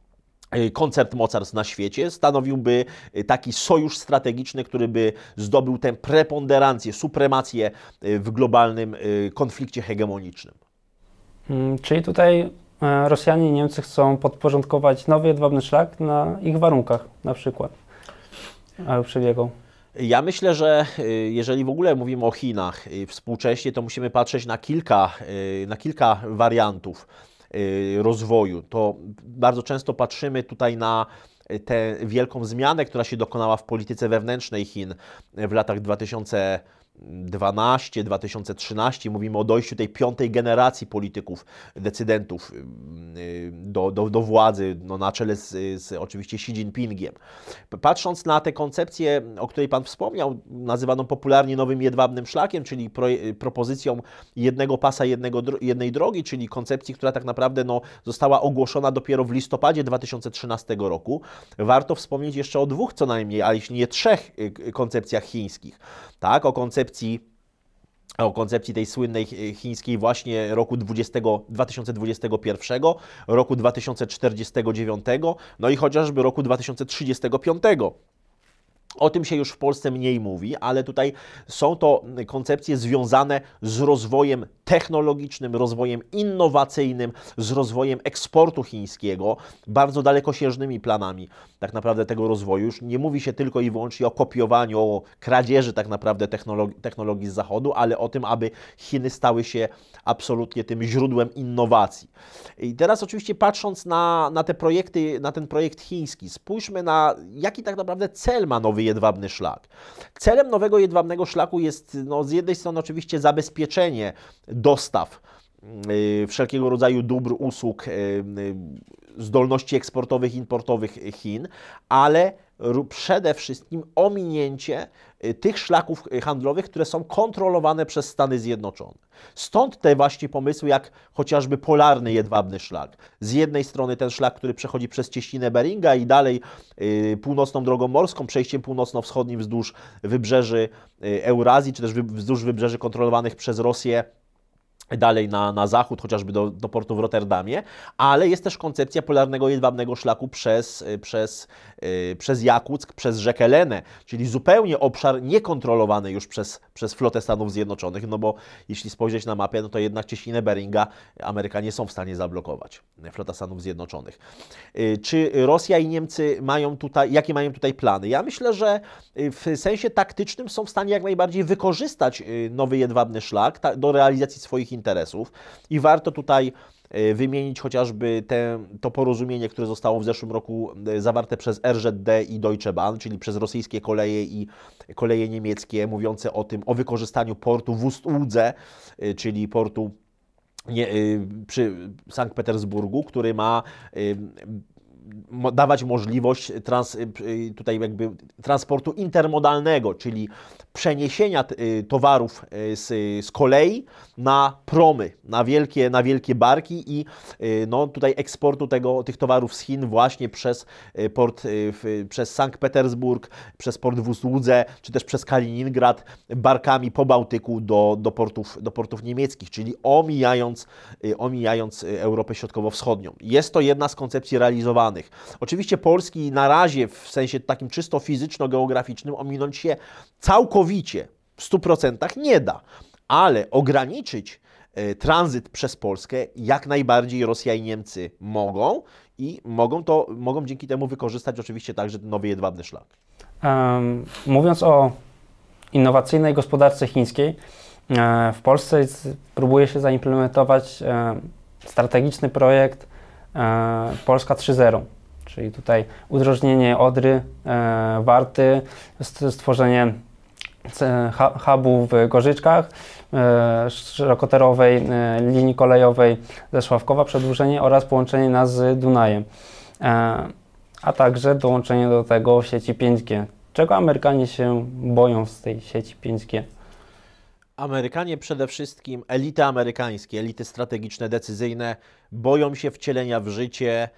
koncert mocarstw na świecie, stanowiłby taki sojusz strategiczny, który by zdobył tę preponderancję, supremację w globalnym konflikcie hegemonicznym. Czyli tutaj Rosjanie i Niemcy chcą podporządkować nowy jedwabny szlak na ich warunkach na przykład, ale przebiegał. Ja myślę, że jeżeli w ogóle mówimy o Chinach współcześnie, to musimy patrzeć na kilka wariantów rozwoju. To bardzo często patrzymy tutaj na tę wielką zmianę, która się dokonała w polityce wewnętrznej Chin w latach 2012-2013. Mówimy o dojściu tej piątej generacji polityków, decydentów do władzy, no na czele z oczywiście Xi Jinpingiem. Patrząc na tę koncepcję, o której Pan wspomniał, nazywaną popularnie nowym jedwabnym szlakiem, czyli propozycją jednego pasa, jednej drogi, czyli koncepcji, która tak naprawdę została ogłoszona dopiero w listopadzie 2013 roku, warto wspomnieć jeszcze o dwóch co najmniej, a jeśli nie trzech koncepcjach chińskich. Tak, o koncepcji tej słynnej chińskiej właśnie roku 2021, roku 2049, no i chociażby roku 2035. O tym się już w Polsce mniej mówi, ale tutaj są to koncepcje związane z rozwojem technologicznym, rozwojem innowacyjnym, z rozwojem eksportu chińskiego, bardzo dalekosiężnymi planami tak naprawdę tego rozwoju. Już nie mówi się tylko i wyłącznie o kopiowaniu, o kradzieży tak naprawdę technologii z Zachodu, ale o tym, aby Chiny stały się absolutnie tym źródłem innowacji. I teraz oczywiście patrząc na te projekty, na ten projekt chiński, spójrzmy na jaki tak naprawdę cel ma nowy jedwabny szlak. Celem nowego jedwabnego szlaku jest z jednej strony oczywiście zabezpieczenie dostaw wszelkiego rodzaju dóbr, usług, zdolności eksportowych, importowych Chin, ale przede wszystkim ominięcie tych szlaków handlowych, które są kontrolowane przez Stany Zjednoczone. Stąd te właśnie pomysły, jak chociażby polarny jedwabny szlak. Z jednej strony ten szlak, który przechodzi przez cieśninę Beringa i dalej północną drogą morską, przejściem północno-wschodnim wzdłuż wybrzeży Eurazji, czy też wzdłuż wybrzeży kontrolowanych przez Rosję, dalej na zachód, chociażby do portu w Rotterdamie, ale jest też koncepcja polarnego jedwabnego szlaku przez Jakuck, przez rzekę Lenę, czyli zupełnie obszar niekontrolowany już przez flotę Stanów Zjednoczonych, no bo jeśli spojrzeć na mapę, no to jednak cieśninę Beringa Amerykanie są w stanie zablokować, flota Stanów Zjednoczonych. Czy Rosja i Niemcy jakie mają tutaj plany? Ja myślę, że w sensie taktycznym są w stanie jak najbardziej wykorzystać nowy jedwabny szlak do realizacji swoich interesów i warto tutaj wymienić chociażby to porozumienie, które zostało w zeszłym roku zawarte przez RZD i Deutsche Bahn, czyli przez rosyjskie koleje i koleje niemieckie, mówiące o wykorzystaniu portu w Ust-Łudze, czyli portu przy Sankt Petersburgu, który ma dawać możliwość transportu intermodalnego, czyli przeniesienia towarów z kolei na promy, na wielkie barki i tutaj eksportu tych towarów z Chin właśnie przez port, przez Sankt Petersburg, przez port w Ust-Łudze, czy też przez Kaliningrad barkami po Bałtyku do portów niemieckich, czyli omijając Europę Środkowo-Wschodnią. Jest to jedna z koncepcji realizowanych. Oczywiście Polski na razie w sensie takim czysto fizyczno-geograficznym ominąć się całkowicie w 100% nie da, ale ograniczyć tranzyt przez Polskę jak najbardziej Rosja i Niemcy mogą i mogą dzięki temu wykorzystać oczywiście także ten nowy jedwabny szlak. Mówiąc o innowacyjnej gospodarce chińskiej, w Polsce próbuje się zaimplementować strategiczny projekt Polska 3.0. Czyli tutaj udrożnienie Odry, Warty, stworzenie hubu w Gorzyczkach, szerokotorowej linii kolejowej ze Sławkowa, przedłużenie oraz połączenie nas z Dunajem, a także dołączenie do tego sieci 5G. Czego Amerykanie się boją z tej sieci 5G? Amerykanie przede wszystkim, elity amerykańskie, elity strategiczne, decyzyjne, boją się wcielenia w życie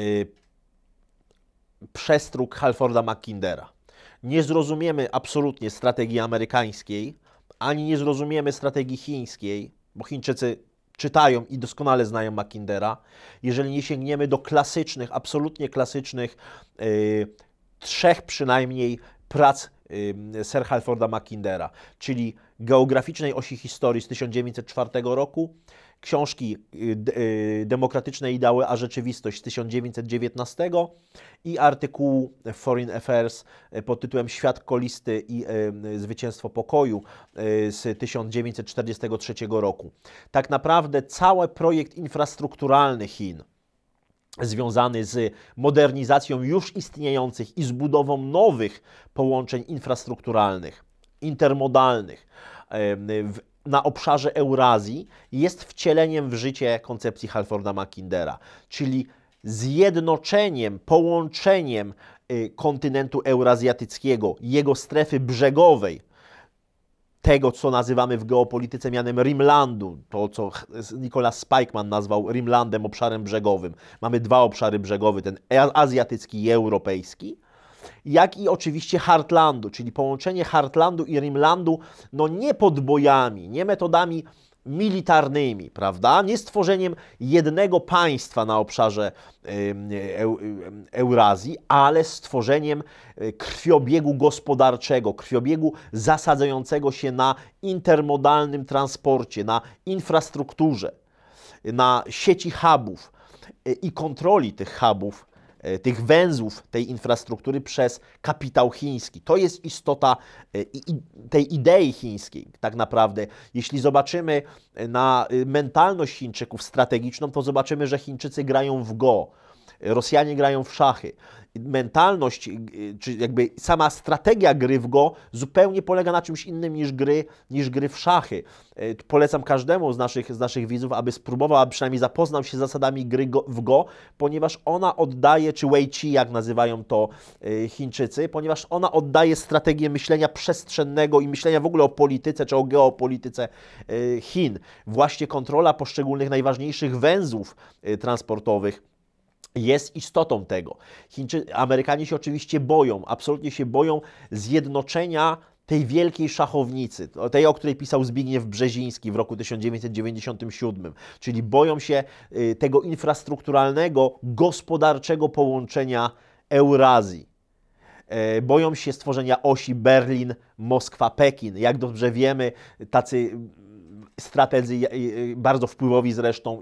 przestróg Halforda Mackindera. Nie zrozumiemy absolutnie strategii amerykańskiej, ani nie zrozumiemy strategii chińskiej, bo Chińczycy czytają i doskonale znają Mackindera, jeżeli nie sięgniemy do klasycznych, absolutnie klasycznych, 3 przynajmniej prac Sir Halforda Mackindera, czyli Geograficznej osi historii z 1904 roku, książki Demokratyczne ideały a rzeczywistość z 1919 i artykułu Foreign Affairs pod tytułem Świat kolisty i zwycięstwo pokoju z 1943 roku. Tak naprawdę cały projekt infrastrukturalny Chin związany z modernizacją już istniejących i z budową nowych połączeń infrastrukturalnych, intermodalnych na obszarze Eurazji jest wcieleniem w życie koncepcji Halforda Mackindera, czyli zjednoczeniem, połączeniem kontynentu eurazjatyckiego, jego strefy brzegowej, tego, co nazywamy w geopolityce mianem Rimlandu, to co Nicholas Spykman nazwał Rimlandem, obszarem brzegowym. Mamy 2 obszary brzegowe, ten azjatycki i europejski, jak i oczywiście Heartlandu, czyli połączenie Heartlandu i Rimlandu, no nie podbojami, nie metodami militarnymi, prawda? Nie stworzeniem jednego państwa na obszarze Eurazji, ale stworzeniem krwiobiegu gospodarczego, krwiobiegu zasadzającego się na intermodalnym transporcie, na infrastrukturze, na sieci hubów i kontroli tych hubów, tych węzłów tej infrastruktury przez kapitał chiński. To jest istota tej idei chińskiej tak naprawdę. Jeśli zobaczymy na mentalność Chińczyków strategiczną, to zobaczymy, że Chińczycy grają w Go, Rosjanie grają w szachy. Mentalność, czy jakby sama strategia gry w Go zupełnie polega na czymś innym niż gry w szachy. Polecam każdemu z naszych widzów, aby spróbował, aby przynajmniej zapoznał się z zasadami gry w Go, ponieważ ona oddaje, czy Wei Qi, jak nazywają to Chińczycy, ponieważ ona oddaje strategię myślenia przestrzennego i myślenia w ogóle o polityce, czy o geopolityce Chin. Właśnie kontrola poszczególnych najważniejszych węzłów transportowych jest istotą tego. Amerykanie się oczywiście boją, absolutnie się boją zjednoczenia tej wielkiej szachownicy, tej, o której pisał Zbigniew Brzeziński w roku 1997, czyli boją się tego infrastrukturalnego, gospodarczego połączenia Eurazji. Boją się stworzenia osi Berlin-Moskwa-Pekin. Jak dobrze wiemy, tacy strategzy bardzo wpływowi zresztą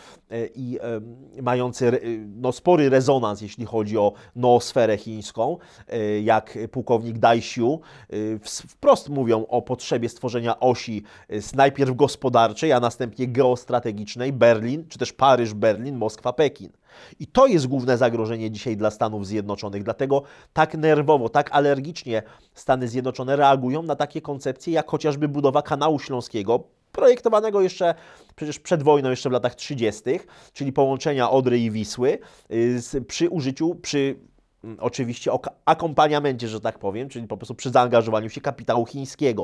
i mający spory rezonans, jeśli chodzi o noosferę chińską, jak pułkownik Dai Xiu, wprost mówią o potrzebie stworzenia osi najpierw gospodarczej, a następnie geostrategicznej Berlin, czy też Paryż-Berlin, Moskwa-Pekin. I to jest główne zagrożenie dzisiaj dla Stanów Zjednoczonych. Dlatego tak nerwowo, tak alergicznie Stany Zjednoczone reagują na takie koncepcje, jak chociażby budowa kanału śląskiego, projektowanego jeszcze przecież przed wojną, jeszcze w latach 30., czyli połączenia Odry i Wisły, przy oczywiście akompaniamencie, że tak powiem, czyli po prostu przy zaangażowaniu się kapitału chińskiego.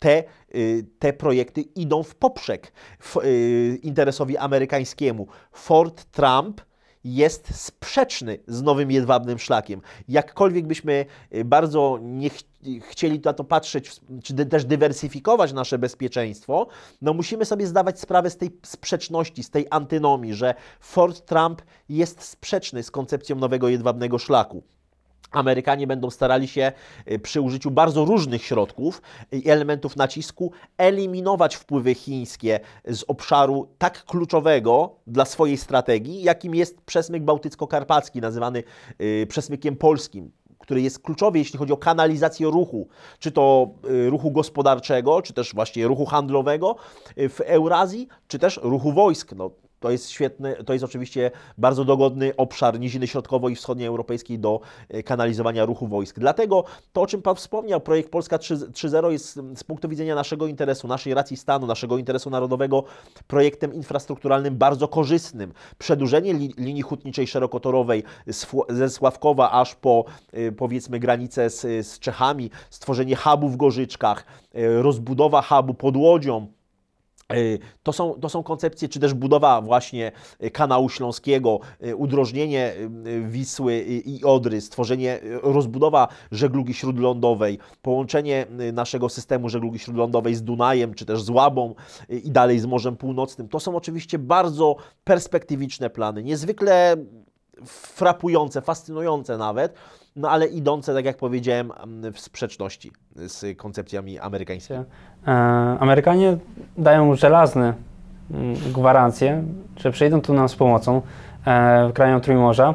Te projekty idą w poprzek interesowi amerykańskiemu. Fort Trump jest sprzeczny z nowym jedwabnym szlakiem. Jakkolwiek byśmy bardzo nie chcieli na to patrzeć, czy też dywersyfikować nasze bezpieczeństwo, no musimy sobie zdawać sprawę z tej sprzeczności, z tej antynomii, że Fort Trump jest sprzeczny z koncepcją nowego jedwabnego szlaku. Amerykanie będą starali się przy użyciu bardzo różnych środków i elementów nacisku eliminować wpływy chińskie z obszaru tak kluczowego dla swojej strategii, jakim jest przesmyk bałtycko-karpacki, nazywany przesmykiem polskim, który jest kluczowy, jeśli chodzi o kanalizację ruchu, czy to ruchu gospodarczego, czy też właśnie ruchu handlowego w Eurazji, czy też ruchu wojsk. No, to jest świetny, to jest oczywiście bardzo dogodny obszar niziny środkowo- i wschodnioeuropejskiej do kanalizowania ruchu wojsk. Dlatego to, o czym Pan wspomniał, projekt Polska 3.0 jest z punktu widzenia naszego interesu, naszej racji stanu, naszego interesu narodowego projektem infrastrukturalnym bardzo korzystnym. Przedłużenie linii hutniczej szerokotorowej ze Sławkowa aż po, powiedzmy, granicę z Czechami, stworzenie hubu w Gorzyczkach, rozbudowa hubu pod Łodzią, To są koncepcje, czy też budowa właśnie kanału śląskiego, udrożnienie Wisły i Odry, stworzenie, rozbudowa żeglugi śródlądowej, połączenie naszego systemu żeglugi śródlądowej z Dunajem, czy też z Łabą i dalej z Morzem Północnym. To są oczywiście bardzo perspektywiczne plany, niezwykle frapujące, fascynujące nawet, no ale idące, tak jak powiedziałem, w sprzeczności z koncepcjami amerykańskimi. Amerykanie dają żelazne gwarancje, że przyjdą tu nam z pomocą w krajom Trójmorza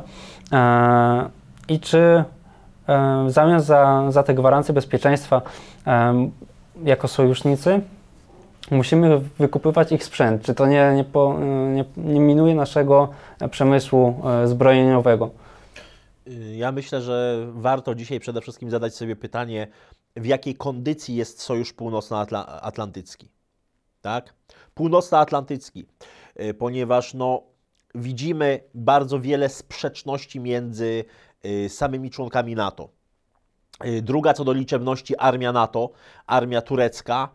i czy w zamian za te gwarancje bezpieczeństwa jako sojusznicy musimy wykupywać ich sprzęt? Czy to nie minuje naszego przemysłu zbrojeniowego? Ja myślę, że warto dzisiaj przede wszystkim zadać sobie pytanie, w jakiej kondycji jest Sojusz Północnoatlantycki. Tak? Północnoatlantycki, ponieważ widzimy bardzo wiele sprzeczności między samymi członkami NATO. Druga co do liczebności armia NATO, armia turecka,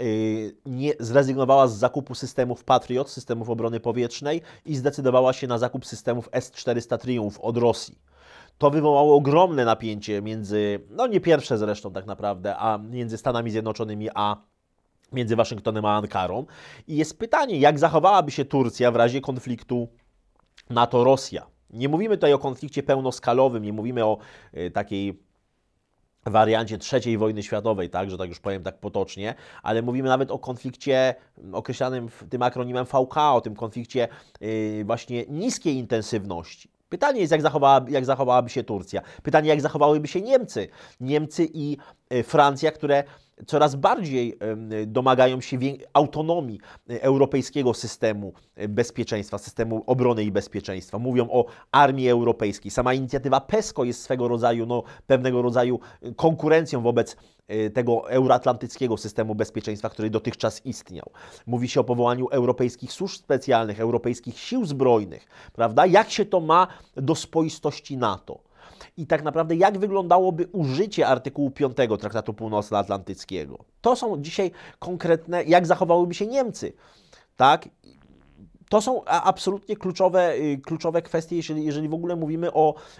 nie zrezygnowała z zakupu systemów Patriot, systemów obrony powietrznej i zdecydowała się na zakup systemów S-400 Triumph od Rosji. To wywołało ogromne napięcie między, nie pierwsze zresztą tak naprawdę, a między Stanami Zjednoczonymi a między Waszyngtonem a Ankarą. I jest pytanie, jak zachowałaby się Turcja w razie konfliktu NATO-Rosja. Nie mówimy tutaj o konflikcie pełnoskalowym, nie mówimy o takiej wariancie III wojny światowej, tak, że tak już powiem tak potocznie, ale mówimy nawet o konflikcie określanym tym akronimem VK, o tym konflikcie właśnie niskiej intensywności. Pytanie jest, jak zachowałaby się Turcja. Pytanie, jak zachowałyby się Niemcy. Niemcy i Francja, które coraz bardziej domagają się autonomii europejskiego systemu bezpieczeństwa, systemu obrony i bezpieczeństwa. Mówią o armii europejskiej. Sama inicjatywa PESCO jest swego rodzaju, pewnego rodzaju konkurencją wobec tego euroatlantyckiego systemu bezpieczeństwa, który dotychczas istniał. Mówi się o powołaniu europejskich służb specjalnych, europejskich sił zbrojnych, prawda? Jak się to ma do spoistości NATO? I tak naprawdę jak wyglądałoby użycie artykułu 5 Traktatu Północnoatlantyckiego? To są dzisiaj konkretne, jak zachowałyby się Niemcy, tak? To są absolutnie kluczowe kwestie, jeżeli w ogóle mówimy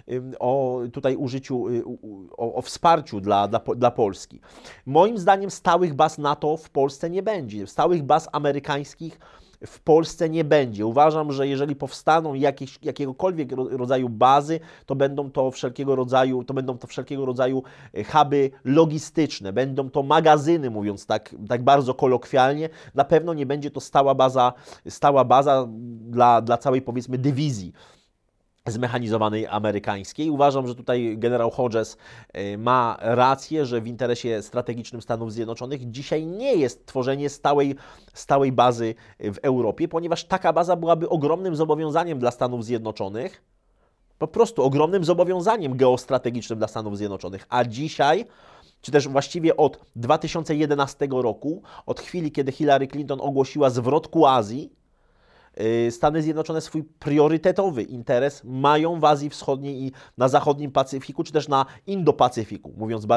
o tutaj użyciu, o wsparciu dla Polski. Moim zdaniem stałych baz NATO w Polsce nie będzie. Stałych baz amerykańskich w Polsce nie będzie. Uważam, że jeżeli powstaną jakiegokolwiek rodzaju bazy, to będą to wszelkiego rodzaju huby logistyczne, będą to magazyny, mówiąc tak bardzo kolokwialnie. Na pewno nie będzie to stała baza dla całej, powiedzmy, dywizji zmechanizowanej amerykańskiej. Uważam, że tutaj generał Hodges ma rację, że w interesie strategicznym Stanów Zjednoczonych dzisiaj nie jest tworzenie stałej bazy w Europie, ponieważ taka baza byłaby ogromnym zobowiązaniem dla Stanów Zjednoczonych, po prostu ogromnym zobowiązaniem geostrategicznym dla Stanów Zjednoczonych, a dzisiaj, czy też właściwie od 2011 roku, od chwili, kiedy Hillary Clinton ogłosiła zwrot ku Azji, Stany Zjednoczone swój priorytetowy interes mają w Azji Wschodniej i na zachodnim Pacyfiku, czy też na Indo-Pacyfiku,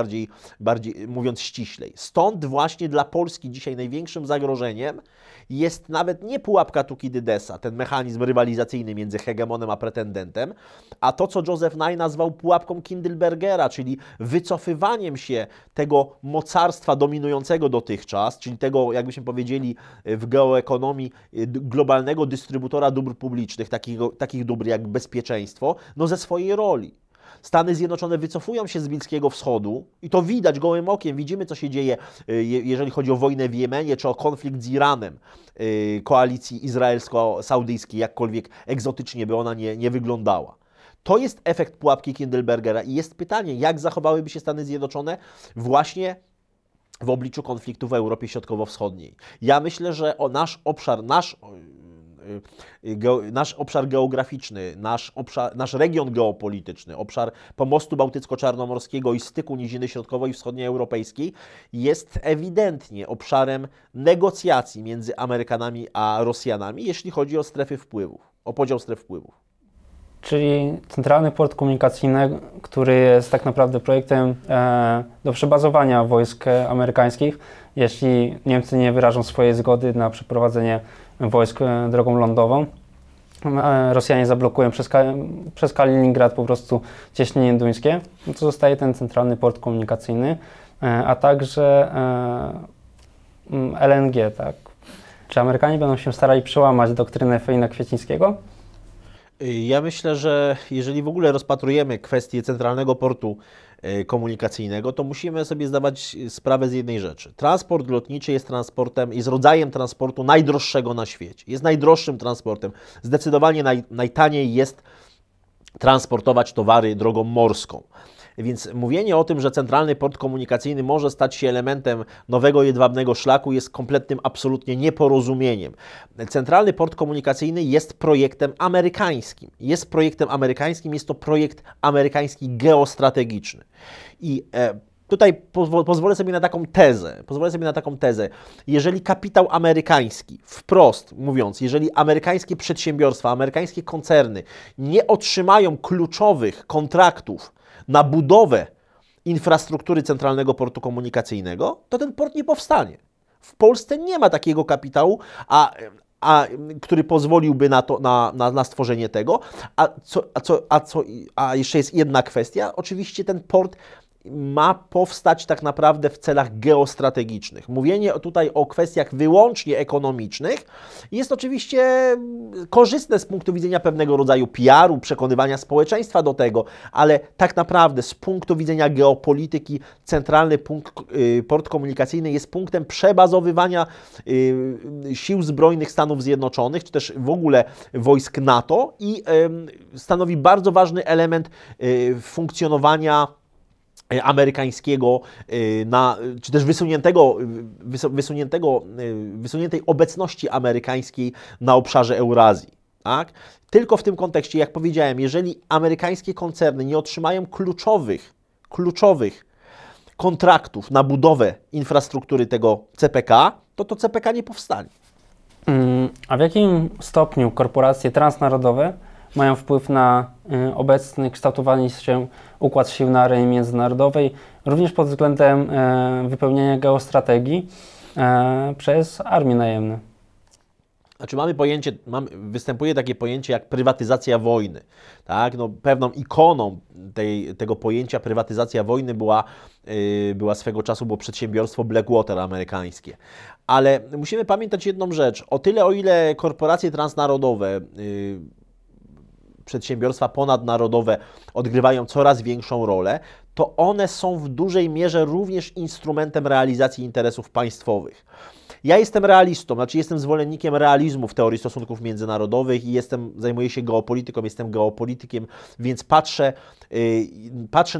mówiąc ściślej. Stąd właśnie dla Polski dzisiaj największym zagrożeniem jest nawet nie pułapka Thukydidesa, ten mechanizm rywalizacyjny między hegemonem a pretendentem, a to, co Joseph Nye nazwał pułapką Kindlebergera, czyli wycofywaniem się tego mocarstwa dominującego dotychczas, czyli tego, jakbyśmy powiedzieli w geoekonomii, globalnego dystrybutora dóbr publicznych, takich dóbr jak bezpieczeństwo, ze swojej roli. Stany Zjednoczone wycofują się z Bliskiego Wschodu i to widać gołym okiem. Widzimy, co się dzieje, jeżeli chodzi o wojnę w Jemenie, czy o konflikt z Iranem, koalicji izraelsko-saudyjskiej, jakkolwiek egzotycznie by ona nie wyglądała. To jest efekt pułapki Kindlebergera i jest pytanie, jak zachowałyby się Stany Zjednoczone właśnie w obliczu konfliktu w Europie Środkowo-Wschodniej. Ja myślę, że nasz obszar geograficzny, nasz region geopolityczny, obszar pomostu bałtycko-czarnomorskiego i styku niziny środkowej i wschodniej europejskiej jest ewidentnie obszarem negocjacji między Amerykanami a Rosjanami, jeśli chodzi o strefy wpływów, o podział stref wpływów. Czyli Centralny Port Komunikacyjny, który jest tak naprawdę projektem do przebazowania wojsk amerykańskich, jeśli Niemcy nie wyrażą swojej zgody na przeprowadzenie wojsk drogą lądową. Rosjanie zablokują przez Kaliningrad po prostu cieśniny duńskie, to zostaje ten centralny port komunikacyjny, a także LNG, tak? Czy Amerykanie będą się starali przełamać doktrynę Fejna-Kwiecińskiego? Ja myślę, że jeżeli w ogóle rozpatrujemy kwestię centralnego portu komunikacyjnego, to musimy sobie zdawać sprawę z jednej rzeczy. Transport lotniczy jest transportem, jest rodzajem transportu najdroższego na świecie. Jest najdroższym transportem. Zdecydowanie najtaniej jest transportować towary drogą morską. Więc mówienie o tym, że centralny port komunikacyjny może stać się elementem nowego jedwabnego szlaku, jest kompletnym absolutnie nieporozumieniem. Centralny port komunikacyjny jest projektem amerykańskim. Jest to projekt amerykański geostrategiczny. I tutaj pozwolę sobie na taką tezę. Jeżeli kapitał amerykański, wprost mówiąc, jeżeli amerykańskie przedsiębiorstwa, amerykańskie koncerny nie otrzymają kluczowych kontraktów na budowę infrastruktury centralnego portu komunikacyjnego, to ten port nie powstanie. W Polsce nie ma takiego kapitału, który pozwoliłby na stworzenie tego. A jeszcze jest jedna kwestia. Oczywiście ten port ma powstać tak naprawdę w celach geostrategicznych. Mówienie tutaj o kwestiach wyłącznie ekonomicznych jest oczywiście korzystne z punktu widzenia pewnego rodzaju PR-u, przekonywania społeczeństwa do tego, ale tak naprawdę z punktu widzenia geopolityki centralny port komunikacyjny jest punktem przebazowywania sił zbrojnych Stanów Zjednoczonych, czy też w ogóle wojsk NATO i stanowi bardzo ważny element funkcjonowania amerykańskiego, czy też wysuniętej obecności amerykańskiej na obszarze Eurazji. Tak? Tylko w tym kontekście, jak powiedziałem, jeżeli amerykańskie koncerny nie otrzymają kluczowych kontraktów na budowę infrastruktury tego CPK, to CPK nie powstanie. A w jakim stopniu korporacje transnarodowe mają wpływ na obecny kształtowany się układ sił na arenie międzynarodowej, również pod względem wypełniania geostrategii przez armie najemne? Znaczy występuje takie pojęcie jak prywatyzacja wojny. Tak? No, pewną ikoną tego pojęcia prywatyzacja wojny była swego czasu było przedsiębiorstwo Blackwater amerykańskie. Ale musimy pamiętać jedną rzecz. O tyle, o ile korporacje transnarodowe, przedsiębiorstwa ponadnarodowe odgrywają coraz większą rolę, to one są w dużej mierze również instrumentem realizacji interesów państwowych. Ja jestem realistą, znaczy jestem zwolennikiem realizmu w teorii stosunków międzynarodowych i zajmuję się geopolityką, jestem geopolitykiem, więc patrzę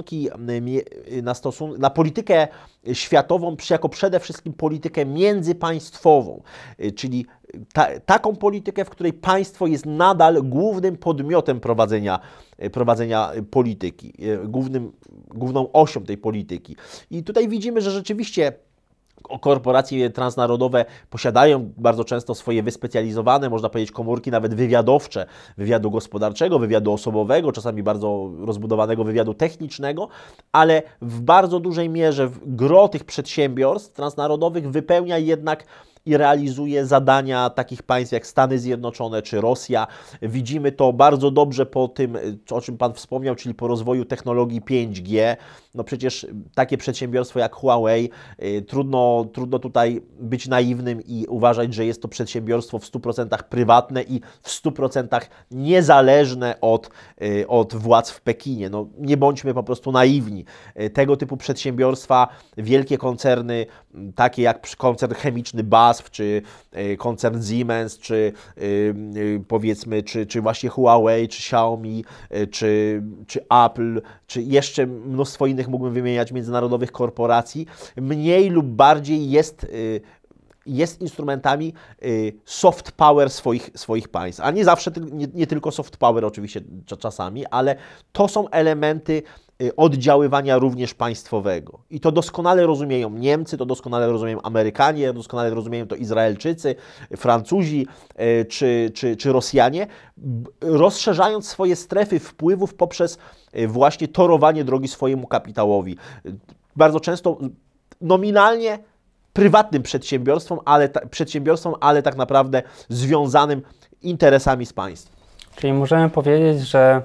na politykę światową jako przede wszystkim politykę międzypaństwową, czyli taką politykę, w której państwo jest nadal głównym podmiotem prowadzenia polityki, główną osią tej polityki. I tutaj widzimy, że rzeczywiście korporacje transnarodowe posiadają bardzo często swoje wyspecjalizowane, można powiedzieć, komórki nawet wywiadowcze, wywiadu gospodarczego, wywiadu osobowego, czasami bardzo rozbudowanego wywiadu technicznego, ale w bardzo dużej mierze gros tych przedsiębiorstw transnarodowych wypełnia jednak i realizuje zadania takich państw jak Stany Zjednoczone czy Rosja. Widzimy to bardzo dobrze po tym, o czym Pan wspomniał, czyli po rozwoju technologii 5G. No przecież takie przedsiębiorstwo jak Huawei, trudno tutaj być naiwnym i uważać, że jest to przedsiębiorstwo w 100% prywatne i w 100% niezależne od władz w Pekinie. No, nie bądźmy po prostu naiwni. Tego typu przedsiębiorstwa, wielkie koncerny, takie jak koncern chemiczny BASF, czy koncern Siemens, czy powiedzmy, czy właśnie Huawei, czy Xiaomi, czy Apple, czy jeszcze mnóstwo innych mógłbym wymieniać międzynarodowych korporacji, mniej lub bardziej jest instrumentami soft power swoich państw, a nie zawsze, nie tylko soft power oczywiście czasami, ale to są elementy oddziaływania również państwowego. I to doskonale rozumieją Niemcy, to doskonale rozumieją Amerykanie, doskonale rozumieją to Izraelczycy, Francuzi czy Rosjanie, rozszerzając swoje strefy wpływów poprzez właśnie torowanie drogi swojemu kapitałowi. Bardzo często nominalnie prywatnym przedsiębiorstwom, ale tak naprawdę związanym interesami z państwem. Czyli możemy powiedzieć, że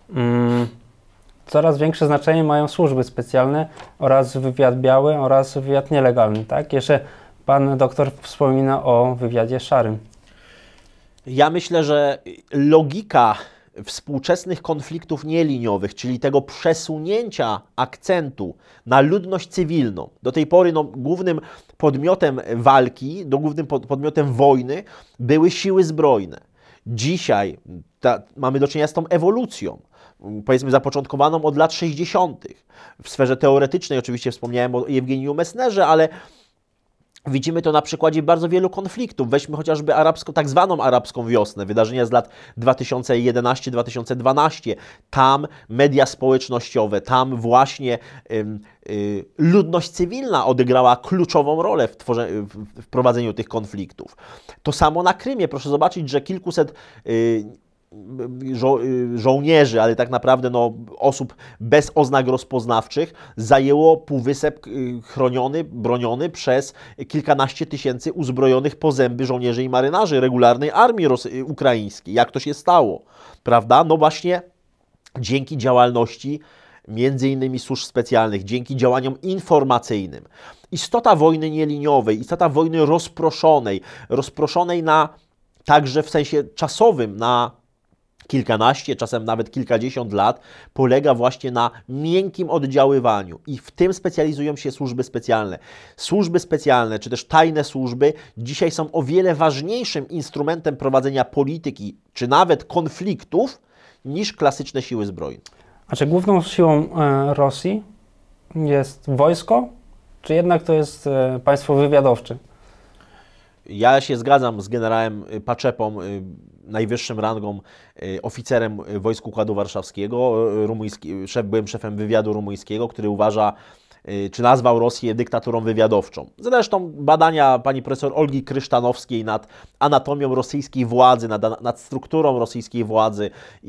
coraz większe znaczenie mają służby specjalne oraz wywiad biały oraz wywiad nielegalny, tak? Jeszcze pan doktor wspomina o wywiadzie szarym. Ja myślę, że logika współczesnych konfliktów nieliniowych, czyli tego przesunięcia akcentu na ludność cywilną. Do tej pory głównym podmiotem walki, głównym podmiotem wojny były siły zbrojne. Dzisiaj mamy do czynienia z tą ewolucją, powiedzmy zapoczątkowaną od lat 60. W sferze teoretycznej oczywiście wspomniałem o Jewgeniju Messnerze, ale widzimy to na przykładzie bardzo wielu konfliktów. Weźmy chociażby tak zwaną arabską wiosnę, wydarzenia z lat 2011-2012. Tam media społecznościowe, tam właśnie ludność cywilna odegrała kluczową rolę w prowadzeniu tych konfliktów. To samo na Krymie. Proszę zobaczyć, że kilkuset żołnierzy, ale tak naprawdę osób bez oznak rozpoznawczych zajęło półwysep broniony przez kilkanaście tysięcy uzbrojonych po zęby żołnierzy i marynarzy regularnej armii ukraińskiej. Jak to się stało? Prawda? No właśnie dzięki działalności między innymi służb specjalnych, dzięki działaniom informacyjnym. Istota wojny nieliniowej, istota wojny rozproszonej na także w sensie czasowym na kilkanaście, czasem nawet kilkadziesiąt lat, polega właśnie na miękkim oddziaływaniu i w tym specjalizują się służby specjalne. Służby specjalne, czy też tajne służby dzisiaj są o wiele ważniejszym instrumentem prowadzenia polityki, czy nawet konfliktów, niż klasyczne siły zbrojne. A czy główną siłą Rosji jest wojsko, czy jednak to jest państwo wywiadowcze? Ja się zgadzam z generałem Paczepą, najwyższym rangą oficerem Wojsk Układu Warszawskiego, byłym szefem wywiadu rumuńskiego, który uważa, czy nazwał Rosję dyktaturą wywiadowczą. Zresztą badania pani profesor Olgi Krysztanowskiej nad anatomią rosyjskiej władzy, nad strukturą rosyjskiej władzy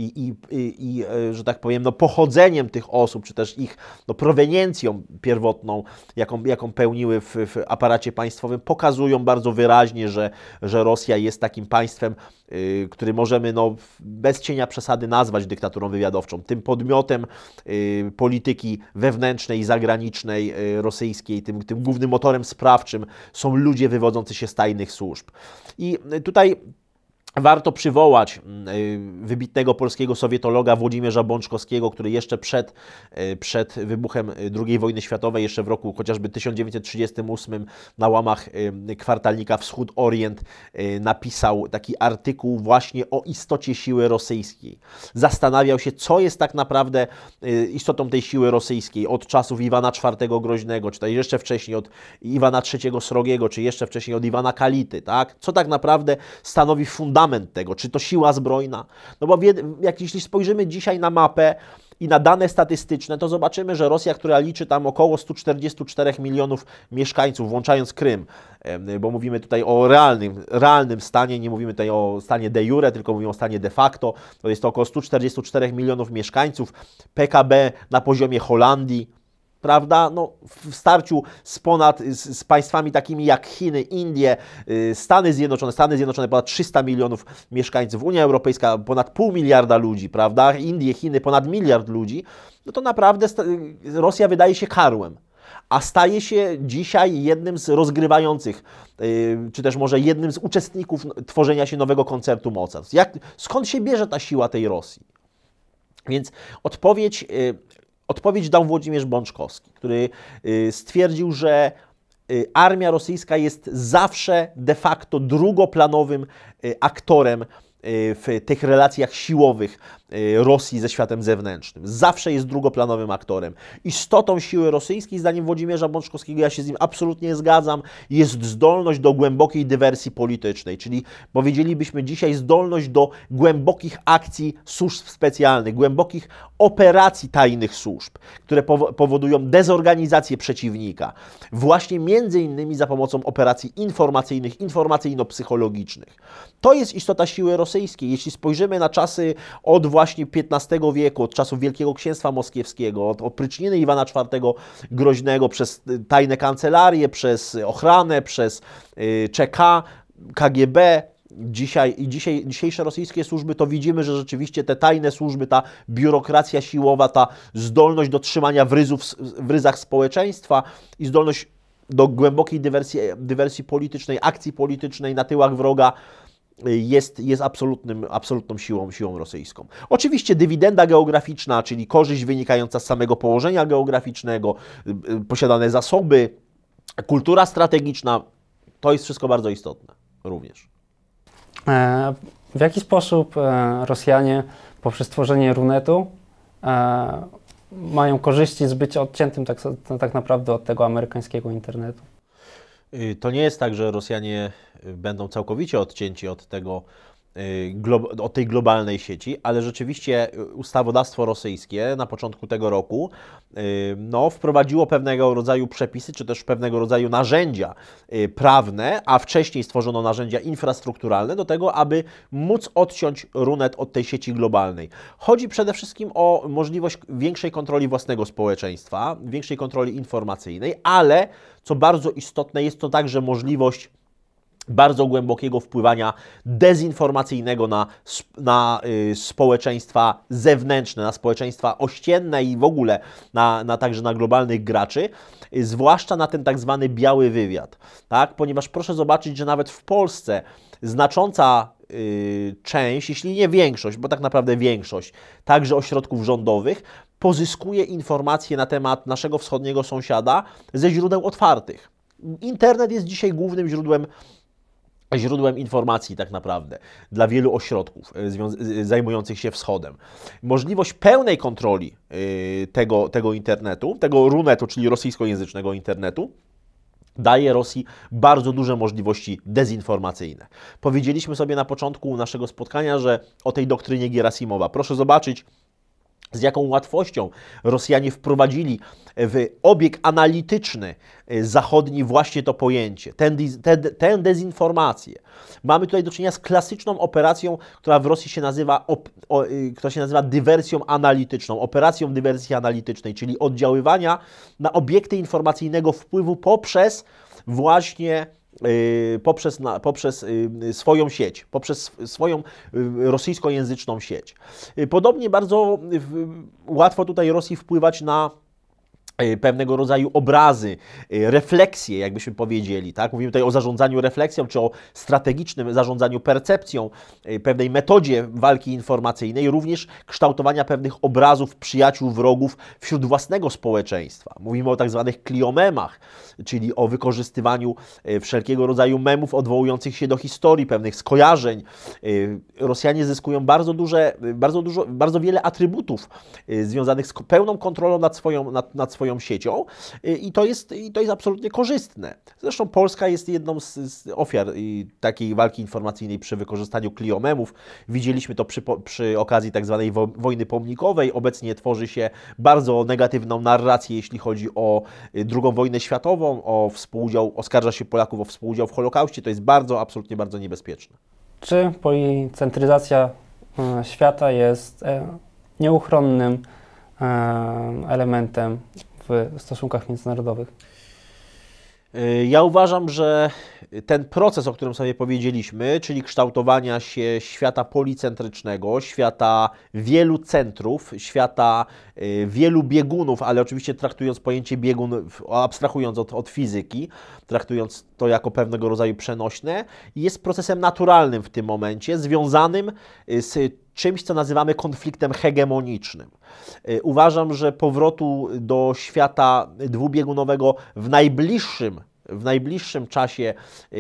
i że tak powiem, pochodzeniem tych osób, czy też ich proweniencją pierwotną, jaką pełniły w aparacie państwowym, pokazują bardzo wyraźnie, że Rosja jest takim państwem, który możemy bez cienia przesady nazwać dyktaturą wywiadowczą. Tym podmiotem polityki wewnętrznej i zagranicznej rosyjskiej, tym głównym motorem sprawczym są ludzie wywodzący się z tajnych służb. I tutaj warto przywołać wybitnego polskiego sowietologa Włodzimierza Bączkowskiego, który jeszcze przed wybuchem II wojny światowej, jeszcze w roku chociażby 1938 na łamach kwartalnika Wschód-Orient napisał taki artykuł właśnie o istocie siły rosyjskiej. Zastanawiał się, co jest tak naprawdę istotą tej siły rosyjskiej od czasów Iwana IV Groźnego, czy też jeszcze wcześniej od Iwana III Srogiego, czy jeszcze wcześniej od Iwana Kality, tak? Co tak naprawdę stanowi fundament tego, czy to siła zbrojna. No bo jeśli spojrzymy dzisiaj na mapę i na dane statystyczne, to zobaczymy, że Rosja, która liczy tam około 144 milionów mieszkańców, włączając Krym, bo mówimy tutaj o realnym stanie, nie mówimy tutaj o stanie de jure, tylko mówimy o stanie de facto, to jest to około 144 milionów mieszkańców, PKB na poziomie Holandii, prawda? W starciu z państwami takimi jak Chiny, Indie, Stany Zjednoczone ponad 300 milionów mieszkańców, Unia Europejska ponad 0,5 miliarda ludzi, prawda? Indie, Chiny ponad 1 miliard ludzi, no to naprawdę Rosja wydaje się karłem, a staje się dzisiaj jednym z rozgrywających, czy też może jednym z uczestników tworzenia się nowego koncertu mocarstw. Skąd się bierze ta siła tej Rosji? Więc odpowiedź dał Włodzimierz Bączkowski, który stwierdził, że armia rosyjska jest zawsze de facto drugoplanowym aktorem w tych relacjach siłowych Rosji ze światem zewnętrznym. Zawsze jest drugoplanowym aktorem. Istotą siły rosyjskiej, zdaniem Włodzimierza Bączkowskiego, ja się z nim absolutnie zgadzam, jest zdolność do głębokiej dywersji politycznej, czyli powiedzielibyśmy dzisiaj zdolność do głębokich akcji służb specjalnych, głębokich operacji tajnych służb, które powodują dezorganizację przeciwnika. Właśnie między innymi za pomocą operacji informacyjnych, informacyjno-psychologicznych. To jest istota siły rosyjskiej. Jeśli spojrzymy na czasy od właśnie XV wieku, od czasów Wielkiego Księstwa Moskiewskiego, od opryczniny Iwana IV Groźnego, przez tajne kancelarie, przez ochranę, przez ČK, KGB, dzisiejsze rosyjskie służby, to widzimy, że rzeczywiście te tajne służby, ta biurokracja siłowa, ta zdolność do trzymania w ryzach społeczeństwa i zdolność do głębokiej dywersji politycznej, akcji politycznej na tyłach wroga jest absolutną siłą rosyjską. Oczywiście dywidenda geograficzna, czyli korzyść wynikająca z samego położenia geograficznego, posiadane zasoby, kultura strategiczna, to jest wszystko bardzo istotne również. W jaki sposób Rosjanie poprzez tworzenie Runetu mają korzyści z bycia odciętym tak naprawdę od tego amerykańskiego internetu? To nie jest tak, że Rosjanie będą całkowicie odcięci od tej globalnej sieci, ale rzeczywiście ustawodawstwo rosyjskie na początku tego roku wprowadziło pewnego rodzaju przepisy, czy też pewnego rodzaju narzędzia prawne, a wcześniej stworzono narzędzia infrastrukturalne do tego, aby móc odciąć Runet od tej sieci globalnej. Chodzi przede wszystkim o możliwość większej kontroli własnego społeczeństwa, większej kontroli informacyjnej, ale co bardzo istotne, jest to także możliwość bardzo głębokiego wpływania dezinformacyjnego na społeczeństwa zewnętrzne, na społeczeństwa ościenne i w ogóle także na globalnych graczy, zwłaszcza na ten tak zwany biały wywiad. Tak? Ponieważ proszę zobaczyć, że nawet w Polsce znacząca część, jeśli nie większość, bo tak naprawdę większość, także ośrodków rządowych, pozyskuje informacje na temat naszego wschodniego sąsiada ze źródeł otwartych. Internet jest dzisiaj głównym źródłem informacji tak naprawdę dla wielu ośrodków zajmujących się wschodem. Możliwość pełnej kontroli tego internetu, tego Runetu, czyli rosyjskojęzycznego internetu, daje Rosji bardzo duże możliwości dezinformacyjne. Powiedzieliśmy sobie na początku naszego spotkania, że o tej doktrynie Gierasimowa. Proszę zobaczyć, z jaką łatwością Rosjanie wprowadzili w obieg analityczny zachodni właśnie to pojęcie, tę dezinformację. Mamy tutaj do czynienia z klasyczną operacją, która w Rosji się nazywa dywersją analityczną, operacją dywersji analitycznej, czyli oddziaływania na obiekty informacyjnego wpływu poprzez właśnie poprzez swoją sieć, poprzez swoją rosyjskojęzyczną sieć. Podobnie bardzo łatwo tutaj Rosji wpływać na pewnego rodzaju obrazy, refleksje, jakbyśmy powiedzieli. Tak? Mówimy tutaj o zarządzaniu refleksją, czy o strategicznym zarządzaniu percepcją, pewnej metodzie walki informacyjnej, również kształtowania pewnych obrazów przyjaciół, wrogów wśród własnego społeczeństwa. Mówimy o tak zwanych kliomemach, czyli o wykorzystywaniu wszelkiego rodzaju memów odwołujących się do historii, pewnych skojarzeń. Rosjanie zyskują bardzo wiele atrybutów związanych z pełną kontrolą nad swoją siecią i to jest absolutnie korzystne. Zresztą Polska jest jedną z ofiar takiej walki informacyjnej przy wykorzystaniu kliomemów. Widzieliśmy to przy okazji tak zwanej wojny pomnikowej. Obecnie tworzy się bardzo negatywną narrację, jeśli chodzi o II wojnę światową, oskarża się Polaków o współudział w Holokauście. To jest absolutnie bardzo niebezpieczne. Czy policentryzacja świata jest nieuchronnym elementem w stosunkach międzynarodowych? Ja uważam, że ten proces, o którym sobie powiedzieliśmy, czyli kształtowania się świata policentrycznego, świata wielu centrów, świata wielu biegunów, ale oczywiście traktując pojęcie biegun, abstrahując od fizyki, traktując to jako pewnego rodzaju przenośne, jest procesem naturalnym w tym momencie, związanym z czymś, co nazywamy konfliktem hegemonicznym. Uważam, że powrotu do świata dwubiegunowego w najbliższym czasie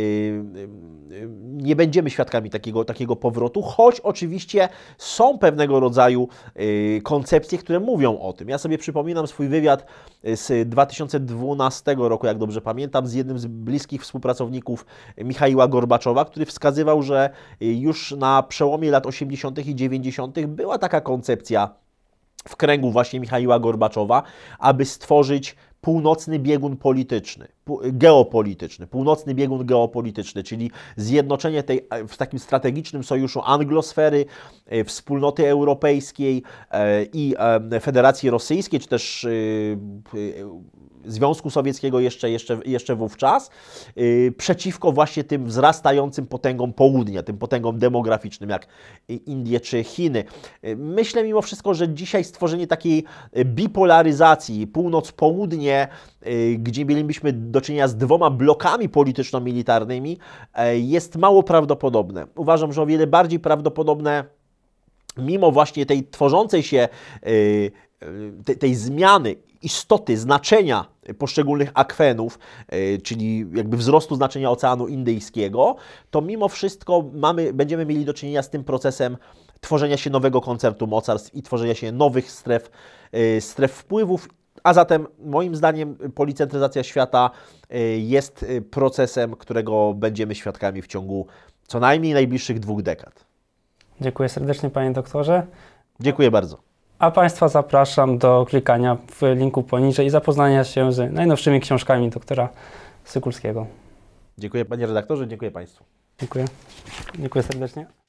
nie będziemy świadkami takiego powrotu, choć oczywiście są pewnego rodzaju koncepcje, które mówią o tym. Ja sobie przypominam swój wywiad z 2012 roku, jak dobrze pamiętam, z jednym z bliskich współpracowników Michaiła Gorbaczowa, który wskazywał, że już na przełomie lat 80. i 90. była taka koncepcja w kręgu właśnie Michaiła Gorbaczowa, aby stworzyć północny biegun polityczny, geopolityczny, północny biegun geopolityczny, czyli zjednoczenie tej w takim strategicznym sojuszu anglosfery, wspólnoty europejskiej i Federacji Rosyjskiej, czy też Związku Sowieckiego jeszcze wówczas, przeciwko właśnie tym wzrastającym potęgom południa, tym potęgom demograficznym jak Indie czy Chiny. Myślę mimo wszystko, że dzisiaj stworzenie takiej bipolaryzacji północ-południe, gdzie mielibyśmy do czynienia z dwoma blokami polityczno-militarnymi, jest mało prawdopodobne. Uważam, że o wiele bardziej prawdopodobne, mimo właśnie tej tworzącej się tej zmiany istoty, znaczenia poszczególnych akwenów, czyli jakby wzrostu znaczenia Oceanu Indyjskiego, to mimo wszystko będziemy mieli do czynienia z tym procesem tworzenia się nowego koncertu mocarstw i tworzenia się nowych stref wpływów. A zatem moim zdaniem policentryzacja świata jest procesem, którego będziemy świadkami w ciągu co najmniej najbliższych 2 dekad. Dziękuję serdecznie, panie doktorze. Dziękuję bardzo. A państwa zapraszam do klikania w linku poniżej i zapoznania się z najnowszymi książkami doktora Sykulskiego. Dziękuję panie redaktorze, dziękuję państwu. Dziękuję. Dziękuję serdecznie.